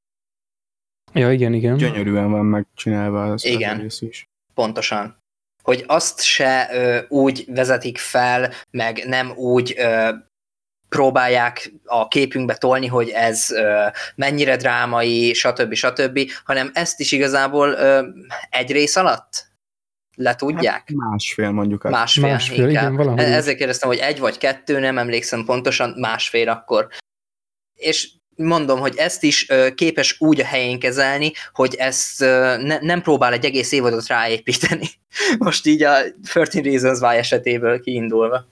Ja, igen. Gyönyörűen van megcsinálva az rész is. Pontosan. Hogy azt se úgy vezetik fel, meg nem úgy próbálják a képünkbe tolni, hogy ez mennyire drámai, stb., hanem ezt is igazából egy rész alatt letudják. Hát másfél mondjuk. Másfél igen, valahogy. Ezért kérdeztem, hogy 1 vagy 2, nem emlékszem pontosan, másfél akkor. És mondom, hogy ezt is képes úgy a helyén kezelni, hogy ezt nem próbál egy egész évadot ráépíteni. Most így a 13 Reasons Why esetéből kiindulva.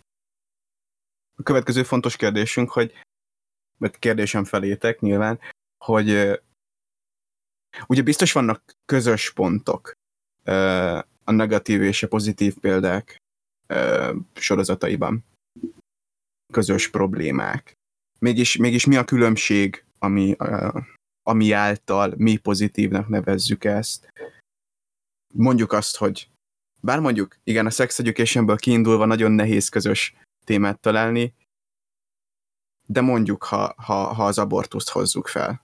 A következő fontos kérdésünk, vagy kérdésem felétek nyilván, hogy ugye biztos vannak közös pontok a negatív és a pozitív példák sorozataiban. Közös problémák. Mégis mi a különbség, ami által mi pozitívnak nevezzük ezt? Mondjuk azt, hogy bár mondjuk, igen, a Sex Educationből kiindulva nagyon nehéz közös témát találni, de mondjuk, ha az abortuszt hozzuk fel.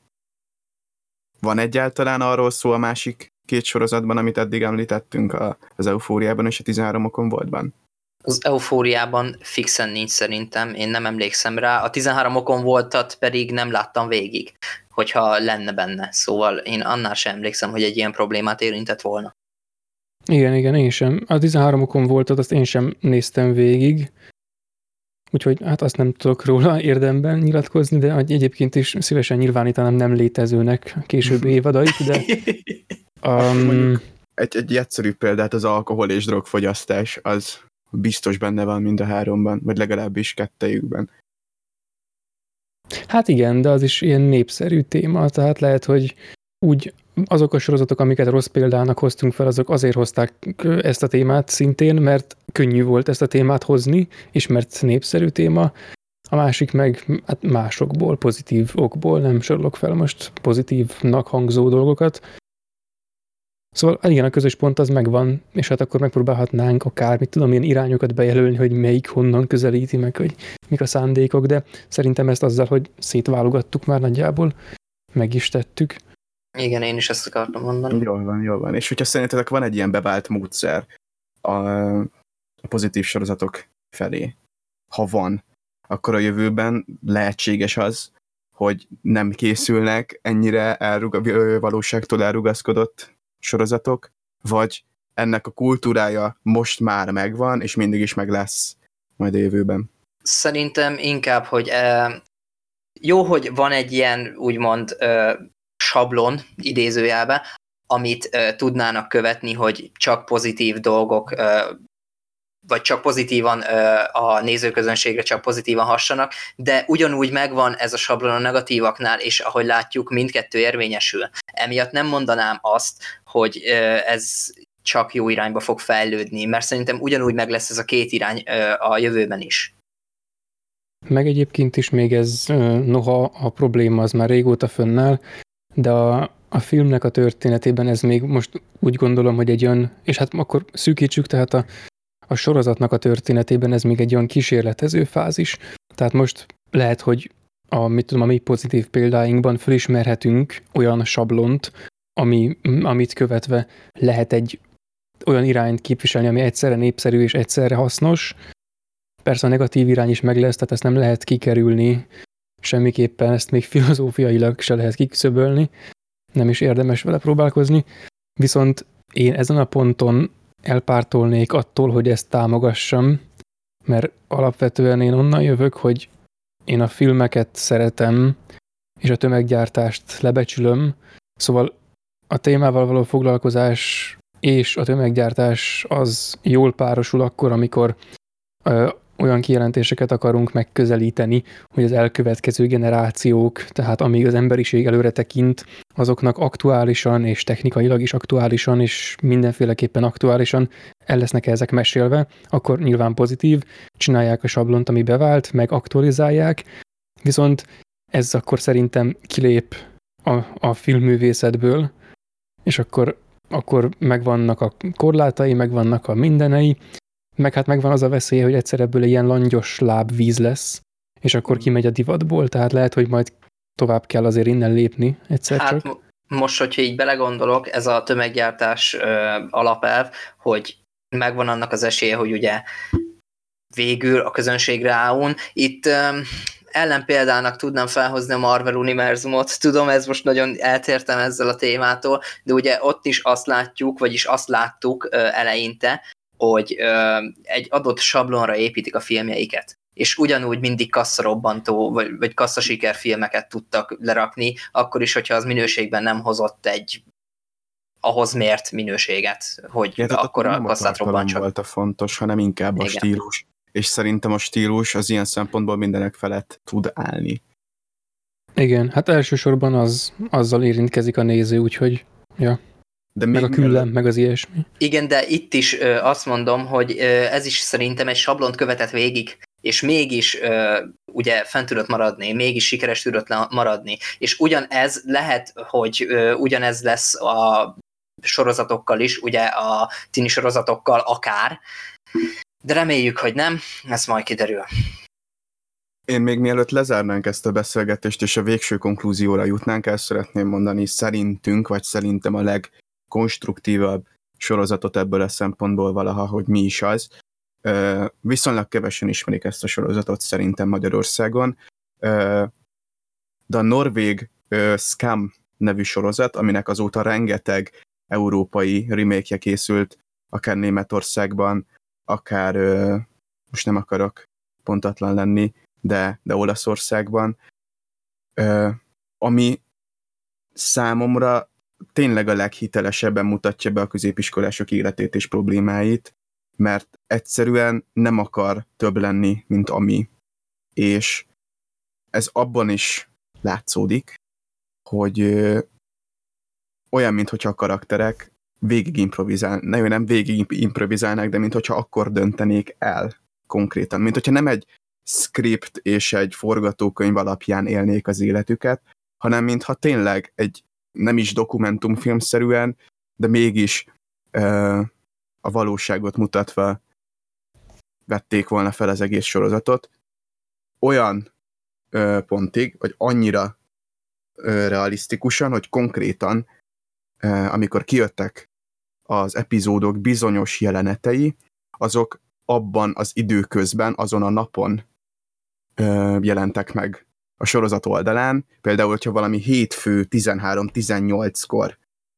Van egyáltalán arról szó a másik 2 sorozatban, amit eddig említettünk, az Eufóriában és a 13 okon voltban? Az Eufóriában fixen nincs szerintem, én nem emlékszem rá. A 13 okon voltat pedig nem láttam végig, hogyha lenne benne. Szóval én annál sem emlékszem, hogy egy ilyen problémát érintett volna. Igen, én sem. A 13 okon voltat, azt én sem néztem végig. Úgyhogy hát azt nem tudok róla érdemben nyilatkozni, de egyébként is szívesen nyilvánítanám nem létezőnek későbbi évadait, de... Egy egyszerű példát, az alkohol és drogfogyasztás, az biztos benne van mind a 3-ban, vagy legalábbis 2-jükben. Hát igen, de az is ilyen népszerű téma, tehát lehet, hogy úgy azok a sorozatok, amiket rossz példának hoztunk fel, azok azért hozták ezt a témát szintén, mert könnyű volt ezt a témát hozni, és mert népszerű téma. A másik meg hát másokból, pozitív okból, nem sorolok fel most pozitívnak hangzó dolgokat. Szóval igen, a közös pont az megvan, és hát akkor megpróbálhatnánk akár, mit tudom, ilyen irányokat bejelölni, hogy melyik honnan közelíti meg, hogy mik a szándékok, de szerintem ezt azzal, hogy szétválogattuk már nagyjából, meg is tettük. Igen, én is ezt akartam mondani. Jól van. És hogyha szerintetek van egy ilyen bevált módszer a pozitív sorozatok felé, ha van, akkor a jövőben lehetséges az, hogy nem készülnek ennyire valóságtól elrugaszkodott sorozatok, vagy ennek a kultúrája most már megvan, és mindig is meg lesz majd a jövőben. Szerintem inkább, hogy jó, hogy van egy ilyen úgymond sablon idézőjelben, amit tudnának követni, hogy csak pozitív dolgok, vagy csak pozitívan a nézőközönségre csak pozitívan hassanak, de ugyanúgy megvan ez a sablon a negatívaknál, és ahogy látjuk, mindkettő érvényesül. Emiatt nem mondanám azt, hogy ez csak jó irányba fog fejlődni, mert szerintem ugyanúgy meg lesz ez a 2 irány a jövőben is. Meg egyébként is még ez, noha a probléma az már régóta fönnáll, de a filmnek a történetében ez még most úgy gondolom, hogy egy olyan, és hát akkor szűkítsük, tehát a sorozatnak a történetében ez még egy olyan kísérletező fázis. Tehát most lehet, hogy a mi pozitív példáinkban felismerhetünk olyan sablont, amit követve lehet egy olyan irányt képviselni, ami egyszerre népszerű és egyszerre hasznos. Persze a negatív irány is meg lesz, tehát ezt nem lehet kikerülni semmiképpen ezt még filozófiailag se lehet kiküszöbölni, nem is érdemes vele próbálkozni, viszont én ezen a ponton elpártolnék attól, hogy ezt támogassam, mert alapvetően én onnan jövök, hogy én a filmeket szeretem, és a tömeggyártást lebecsülöm, szóval a témával való foglalkozás és a tömeggyártás az jól párosul akkor, amikor olyan kijelentéseket akarunk megközelíteni, hogy az elkövetkező generációk, tehát amíg az emberiség előre tekint, azoknak aktuálisan és technikailag is aktuálisan és mindenféleképpen aktuálisan el lesznek ezek mesélve, akkor nyilván pozitív, csinálják a sablont, ami bevált, meg aktualizálják, viszont ez akkor szerintem kilép a filmművészetből, és akkor megvannak a korlátai, megvannak a mindenei, meg hát megvan az a veszély, hogy egyszer ebből egy ilyen langyos lábvíz lesz, és akkor kimegy a divatból, tehát lehet, hogy majd tovább kell azért innen lépni egyszer hát csak. Most, hogyha így belegondolok, ez a tömeggyártás alapelv, hogy megvan annak az esélye, hogy ugye végül a közönségre álljon. Itt ellenpéldának tudnám felhozni a Marvel univerzumot. Tudom, ez most nagyon eltértem ezzel a témától, de ugye ott is azt látjuk, vagyis azt láttuk eleinte, hogy egy adott sablonra építik a filmjeiket. És ugyanúgy mindig kasszarobbantó, vagy kasszasikerfilmeket tudtak lerakni, akkor is, hogyha az minőségben nem hozott egy ahhoz mért minőséget, hogy akkor a kasszát robbantsa. Nem volt a fontos, hanem inkább a stílus. És szerintem a stílus az ilyen szempontból mindenek felett tud állni. Igen, hát elsősorban azzal érintkezik a néző, úgyhogy ja. De meg a küllem, meg az ilyesmi. Igen, de itt is azt mondom, hogy ez is szerintem egy sablont követett végig, és mégis ugye fent tudott maradni, mégis sikeres tudott maradni. És ugyanez lehet, hogy ugyanez lesz a sorozatokkal is, ugye a tini sorozatokkal akár, de reméljük, hogy nem, ez majd kiderül. Én még mielőtt lezárnánk ezt a beszélgetést, és a végső konklúzióra jutnánk, el szeretném mondani szerintünk, vagy szerintem a legkonstruktívabb sorozatot ebből a szempontból valaha, hogy mi is az. Viszonylag kevesen ismerik ezt a sorozatot szerintem Magyarországon, de a norvég Scam nevű sorozat, aminek azóta rengeteg európai remake-je készült, akár Németországban, akár, most nem akarok pontatlan lenni, de Olaszországban, ami számomra tényleg a leghitelesebben mutatja be a középiskolások életét és problémáit, mert egyszerűen nem akar több lenni, mint ami. És ez abban is látszódik, hogy olyan, mintha a karakterek nem végig improvizálnák, de mintha akkor döntenék el konkrétan. Mint hogyha nem egy script és egy forgatókönyv alapján élnék az életüket, hanem mintha tényleg egy nem is dokumentumfilmszerűen, de mégis a valóságot mutatva vették volna fel az egész sorozatot. Olyan pontig, vagy annyira realisztikusan, hogy konkrétan, amikor kijöttek az epizódok bizonyos jelenetei, azok abban az időközben, azon a napon jelentek meg a sorozat oldalán. Például, hogyha valami hétfő 13-18-kor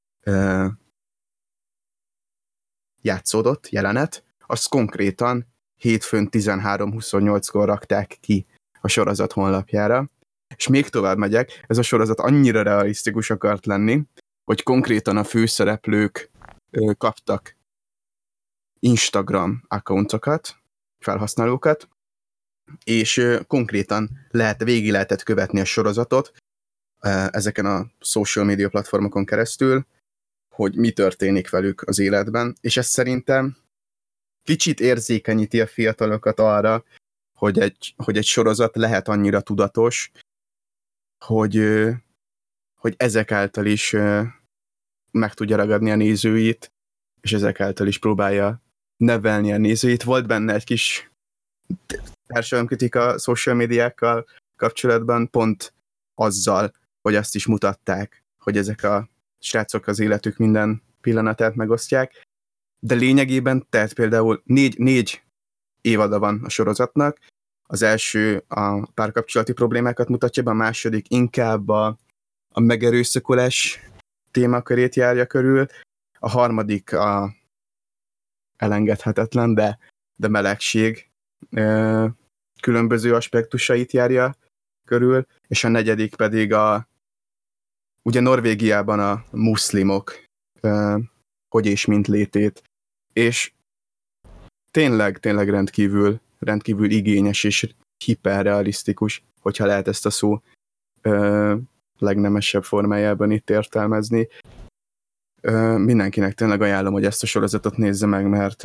játszódott jelenet, azt konkrétan hétfőn 13-28-kor rakták ki a sorozat honlapjára. És még tovább megyek, ez a sorozat annyira realisztikus akart lenni, hogy konkrétan a főszereplők kaptak Instagram accountokat, felhasználókat, és konkrétan végig lehetett követni a sorozatot ezeken a social media platformokon keresztül, hogy mi történik velük az életben, és ez szerintem kicsit érzékenyíti a fiatalokat arra, hogy egy sorozat lehet annyira tudatos, hogy ezek által is meg tudja ragadni a nézőit, és ezek által is próbálja nevelni a nézőit. Volt benne egy kis társadalomkritika a social médiákkal kapcsolatban, pont azzal, hogy azt is mutatták, hogy ezek a srácok az életük minden pillanatát megosztják, de lényegében, tehát például négy évada van a sorozatnak, Az első a párkapcsolati problémákat mutatja be, a második inkább a megerőszakolás témakörét járja körül, a harmadik a elengedhetetlen, de melegség különböző aspektusait járja körül, és a negyedik pedig ugye Norvégiában a muszlimok hogy és mint létét, és tényleg rendkívül igényes és hiperrealisztikus, hogyha lehet ezt a szó legnemesebb formájában itt értelmezni. Mindenkinek tényleg ajánlom, hogy ezt a sorozatot nézze meg, mert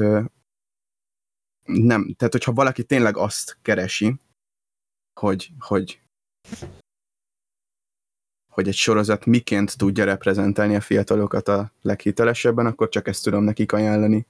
nem, tehát hogyha valaki tényleg azt keresi, hogy egy sorozat miként tudja reprezentálni a fiatalokat a leghitelesebben, akkor csak ezt tudom nekik ajánlani.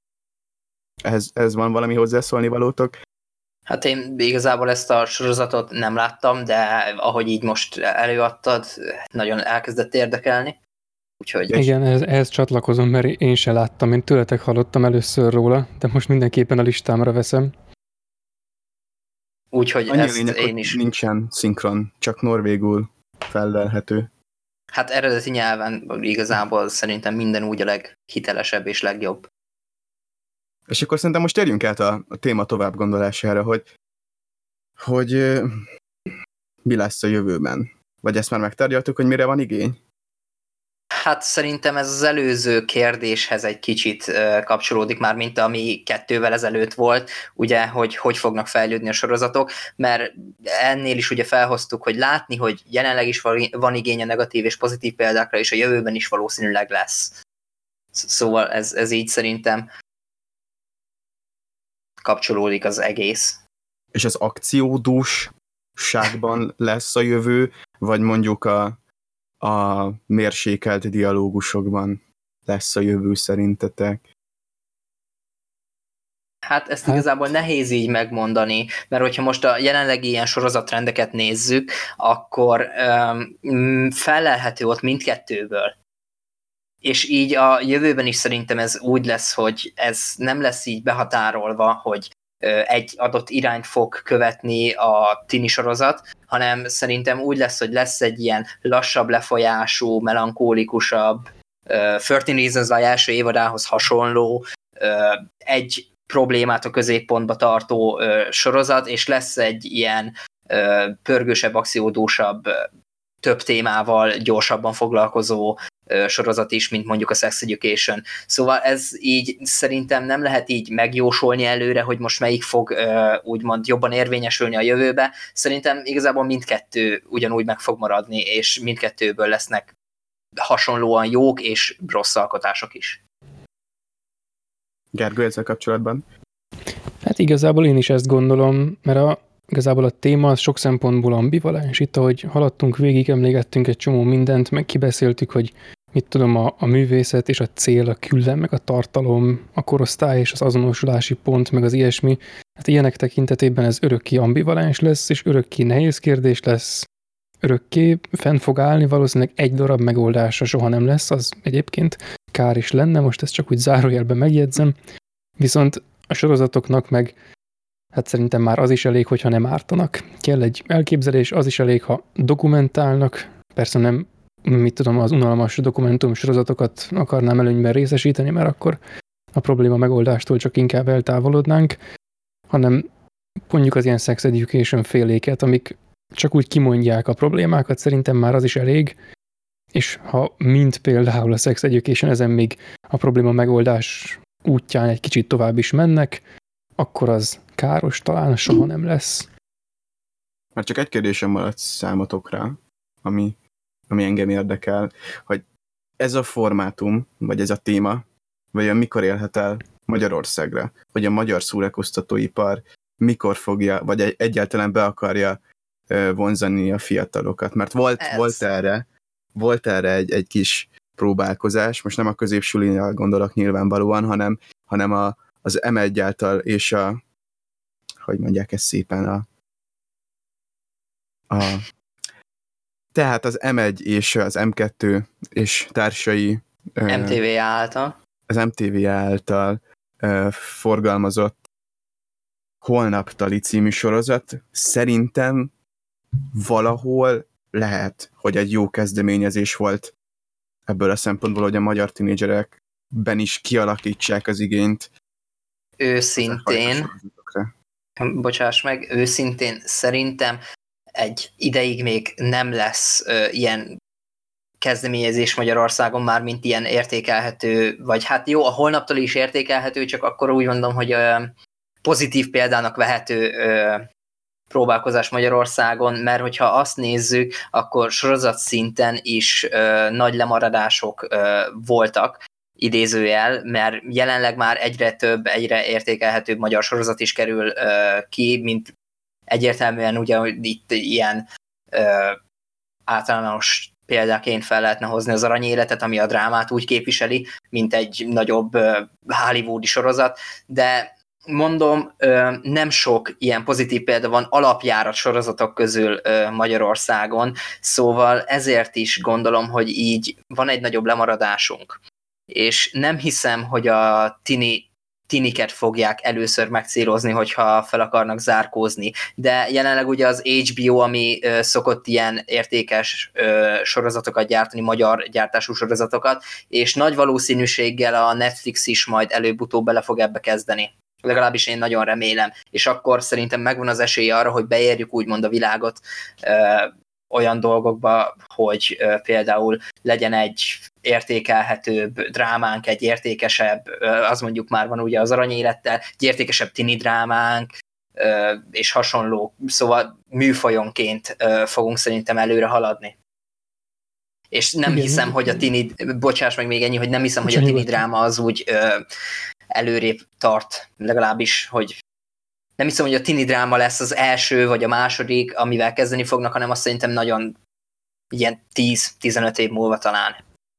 Ez van valami hozzászólni valótok? Hát én igazából ezt a sorozatot nem láttam, de ahogy így most előadtad, nagyon elkezdett érdekelni. Úgyhogy... Igen, ehhez csatlakozom, mert én se láttam, én tőletek hallottam először róla, de most mindenképpen a listámra veszem. Úgyhogy annyi ezt lényeg, én is... nincsen szinkron, csak norvégul fellelhető. Hát eredeti nyelven igazából szerintem minden úgy a leghitelesebb és legjobb. És akkor szerintem most térjünk át a téma tovább gondolására, hogy mi lesz a jövőben. Vagy ezt már megtárgyaltuk, hogy mire van igény? Hát szerintem ez az előző kérdéshez egy kicsit kapcsolódik már, mint ami 2-vel ezelőtt volt, ugye, hogy fognak fejlődni a sorozatok, mert ennél is ugye felhoztuk, hogy látni, hogy jelenleg is van igény a negatív és pozitív példákra, és a jövőben is valószínűleg lesz. Szóval ez így szerintem kapcsolódik az egész. És az akciódússágban lesz a jövő, vagy mondjuk a mérsékelt dialógusokban lesz a jövő szerintetek? Hát ezt igazából nehéz így megmondani, mert hogyha most a jelenlegi ilyen sorozatrendeket nézzük, akkor fellelhető ott mindkettőből. És így a jövőben is szerintem ez úgy lesz, hogy ez nem lesz így behatárolva, hogy egy adott irányt fog követni a tini sorozat, hanem szerintem úgy lesz, hogy lesz egy ilyen lassabb lefolyású, melankólikusabb, 13 Reasons Why első évadához hasonló, egy problémát a középpontba tartó sorozat, és lesz egy ilyen pörgősebb, akciódúsabb, több témával gyorsabban foglalkozó sorozat is, mint mondjuk a Sex Education. Szóval ez így szerintem nem lehet így megjósolni előre, hogy most melyik fog úgymond jobban érvényesülni a jövőbe. Szerintem igazából mindkettő ugyanúgy meg fog maradni, és mindkettőből lesznek hasonlóan jók és rossz alkotások is. Gergő, ezzel kapcsolatban? Hát igazából én is ezt gondolom, mert igazából a téma az sok szempontból ambivalens. Itt, ahogy haladtunk végig, emlégettünk egy csomó mindent, meg kibeszéltük, hogy mit tudom, a művészet és a cél, a küllem, meg a tartalom, a korosztály és az azonosulási pont, meg az ilyesmi. Hát ilyenek tekintetében ez örökké ambivalens lesz, és örökké nehéz kérdés lesz, örökké fenn fog állni, valószínűleg egy darab megoldása soha nem lesz, az egyébként kár is lenne, most ezt csak úgy zárójelben megjegyzem. Viszont a sorozatoknak meg hát szerintem már az is elég, hogyha nem ártanak. Kell egy elképzelés, az is elég, ha dokumentálnak. Persze nem, mit tudom, az unalmas dokumentum sorozatokat akarnám előnyben részesíteni, mert akkor a probléma megoldástól csak inkább eltávolodnánk, hanem mondjuk az ilyen Sex Education féléket, amik csak úgy kimondják a problémákat, szerintem már az is elég, és ha mint például a Sex Education ezen még a probléma megoldás útján egy kicsit tovább is mennek, akkor az káros talán soha nem lesz. Már csak egy kérdésem maradt számotokra, ami engem érdekel, hogy ez a formátum, vagy ez a téma, vagy mikor élhet el Magyarországra, hogy a magyar szórakoztatóipar mikor fogja, vagy egyáltalán be akarja vonzani a fiatalokat. Mert volt erre egy kis próbálkozás, most nem a középsulinál gondolok nyilvánvalóan, hanem az M1 által és hogy mondják ezt szépen, tehát az M1 és az M2 és társai MTV által. Az MTV által forgalmazott Holnaptali című sorozat szerintem valahol lehet, hogy egy jó kezdeményezés volt ebből a szempontból, hogy a magyar tinédzserekben is kialakítsák az igényt. Őszintén, bocsáss meg, őszintén szerintem egy ideig még nem lesz ilyen kezdeményezés Magyarországon már, mint ilyen értékelhető, vagy hát jó, a holnaptól is értékelhető, csak akkor úgy mondom, hogy pozitív példának vehető próbálkozás Magyarországon, mert hogyha azt nézzük, akkor sorozat szinten is nagy lemaradások voltak, idézőjel, mert jelenleg már egyre több, egyre értékelhetőbb magyar sorozat is kerül ki, mint egyértelműen ugye itt ilyen általános példáként fel lehetne hozni az Aranyéletet, ami a drámát úgy képviseli, mint egy nagyobb hollywoodi sorozat, de mondom, nem sok ilyen pozitív példa van alapjárat sorozatok közül Magyarországon, szóval ezért is gondolom, hogy így van egy nagyobb lemaradásunk. És nem hiszem, hogy a tiniket fogják először megcélozni, hogyha fel akarnak zárkózni. De jelenleg ugye az HBO, ami szokott ilyen értékes sorozatokat gyártani, magyar gyártású sorozatokat, és nagy valószínűséggel a Netflix is majd előbb-utóbb bele fog ebbe kezdeni. Legalábbis én nagyon remélem. És akkor szerintem megvan az esély arra, hogy beérjük úgymond a világot olyan dolgokba, hogy például legyen egy értékelhetőbb drámánk, egy értékesebb, az mondjuk már van ugye az Aranyélettel, egy értékesebb tini drámánk, és hasonló, szóval műfajonként fogunk szerintem előre haladni. És nem hiszem, hogy a tini, bocsáss meg még ennyi, hogy nem hiszem, hogy a tini dráma az úgy előrébb tart, legalábbis, hogy nem hiszem, hogy a tini dráma lesz az első, vagy a második, amivel kezdeni fognak, hanem azt szerintem nagyon ilyen 10-15 év múlva talán.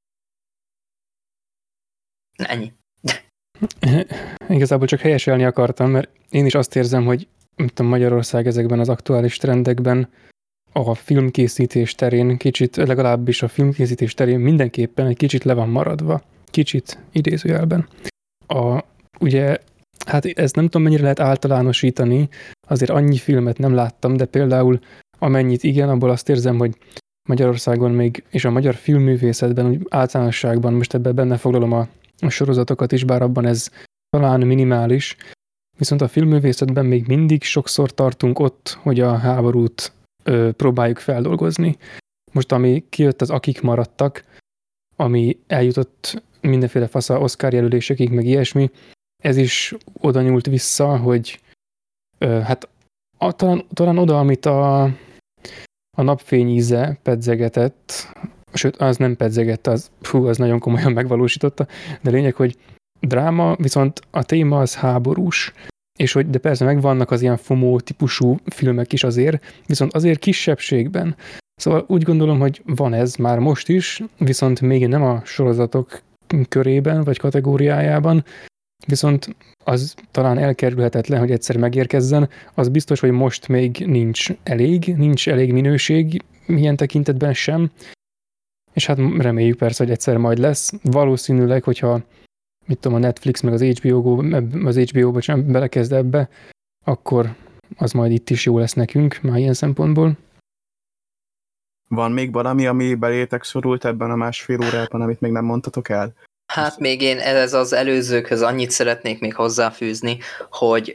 Ennyi. Igazából csak helyeselni akartam, mert én is azt érzem, hogy Magyarország ezekben az aktuális trendekben a filmkészítés terén kicsit, legalábbis a filmkészítés terén mindenképpen egy kicsit le van maradva. Kicsit idézőjelben. Ugye, hát ezt nem tudom, mennyire lehet általánosítani, azért annyi filmet nem láttam, de például amennyit igen, abból azt érzem, hogy Magyarországon még, és a magyar filmművészetben, úgy általánosságban, most ebben benne foglalom a sorozatokat is, bár abban ez talán minimális, viszont a filmművészetben még mindig sokszor tartunk ott, hogy a háborút próbáljuk feldolgozni. Most ami kijött, az Akik maradtak, ami eljutott mindenféle fasza Oscar jelölésekig, meg ilyesmi, ez is oda nyúlt vissza, hogy hát talán oda, amit a Napfény íze pedzegetett, sőt, az nem pedzegett, az nagyon komolyan megvalósította, de lényeg, hogy dráma, viszont a téma az háborús, és hogy de persze megvannak az ilyen FOMO típusú filmek is azért, viszont azért kisebbségben. Szóval úgy gondolom, hogy van ez már most is, viszont még nem a sorozatok körében vagy kategóriájában, viszont az talán elkerülhetetlen, hogy egyszer megérkezzen. Az biztos, hogy most még nincs elég minőség ilyen tekintetben sem, és hát reméljük persze, hogy egyszer majd lesz. Valószínűleg, hogyha mit tudom, a Netflix meg az HBO-ba sem belekezd ebbe, akkor az majd itt is jó lesz nekünk, már ilyen szempontból. Van még valami, ami belétek szorult ebben a másfél órában, amit még nem mondtatok el? Hát még én ez az előzőkhöz annyit szeretnék még hozzáfűzni, hogy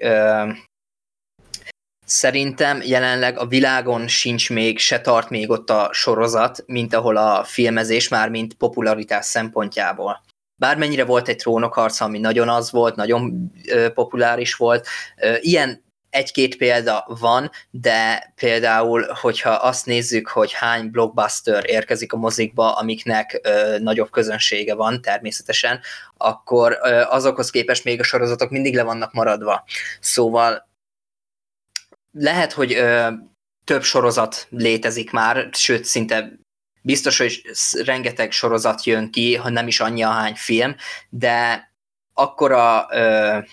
szerintem jelenleg a világon sincs még, se tart még ott a sorozat, mint ahol a filmezés már, mint popularitás szempontjából. Bármennyire volt egy Trónokharca, ami nagyon az volt, nagyon populáris volt, ilyen egy-két példa van, de például, hogyha azt nézzük, hogy hány blockbuster érkezik a mozikba, amiknek nagyobb közönsége van természetesen, akkor azokhoz képest még a sorozatok mindig le vannak maradva. Szóval lehet, hogy több sorozat létezik már, sőt, szinte biztos, hogy rengeteg sorozat jön ki, ha nem is annyi ahány film, de akkora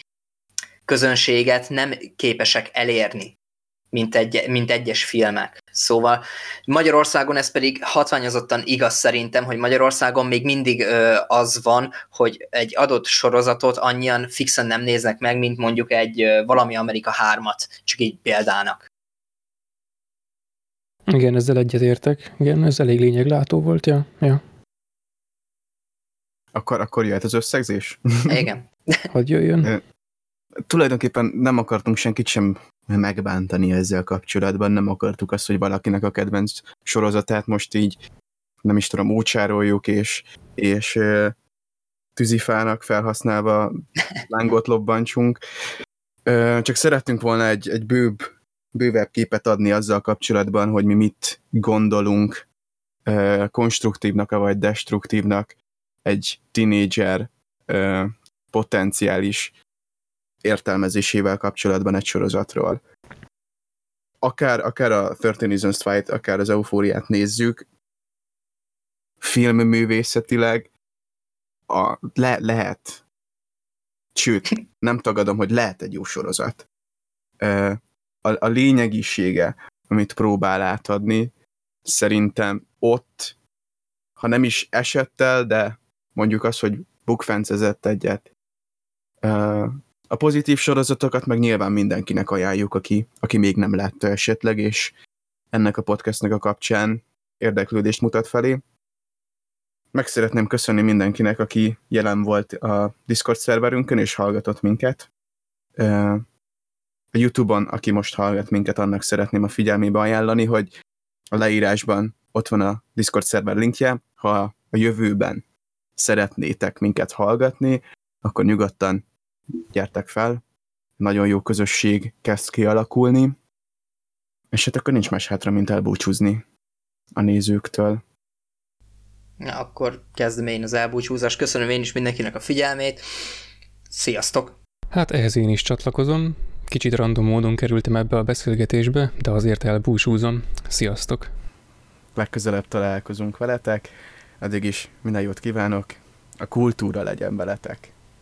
közönséget nem képesek elérni, mint egyes filmek. Szóval Magyarországon ez pedig hatványozottan igaz szerintem, hogy Magyarországon még mindig az van, hogy egy adott sorozatot annyian fixen nem néznek meg, mint mondjuk egy Valami Amerika 3-at, csak így példának. Igen, ezzel egyetértek. Igen, ez elég lényeglátó volt, ja. Akkor jöhet az összegzés? Igen. Hadd jöjjön. Tulajdonképpen nem akartunk senkit sem megbántani ezzel kapcsolatban, nem akartuk azt, hogy valakinek a kedvenc sorozatát most így, nem is tudom, úcsároljuk, és tűzifának felhasználva lángot lobbantsunk. Csak szerettünk volna egy bővebb képet adni azzal kapcsolatban, hogy mi mit gondolunk konstruktívnak vagy destruktívnak egy tinédzser potenciális értelmezésével kapcsolatban egy sorozatról. Akár a 13 Reasons Why, akár az Eufóriát nézzük, filmművészetileg lehet, sőt, nem tagadom, hogy lehet egy jó sorozat. A lényegisége, amit próbál átadni, szerintem ott, ha nem is esettel, de mondjuk az, hogy bukfencezett egyet. A pozitív sorozatokat meg nyilván mindenkinek ajánljuk, aki még nem látta esetleg, és ennek a podcastnek a kapcsán érdeklődést mutat felé. Meg szeretném köszönni mindenkinek, aki jelen volt a Discord szerverünkön, és hallgatott minket. A YouTube-on, aki most hallgat minket, annak szeretném a figyelmébe ajánlani, hogy a leírásban ott van a Discord szerver linkje. Ha a jövőben szeretnétek minket hallgatni, akkor nyugodtan gyertek fel. Nagyon jó közösség kezd kialakulni, és hát akkor nincs más hátra, mint elbúcsúzni a nézőktől. Na, akkor kezdem én az elbúcsúzást. Köszönöm én is mindenkinek a figyelmét. Sziasztok! Hát ehhez én is csatlakozom. Kicsit random módon kerültem ebbe a beszélgetésbe, de azért elbúcsúzom. Sziasztok! Legközelebb találkozunk veletek. Addig is minden jót kívánok. A kultúra legyen veletek.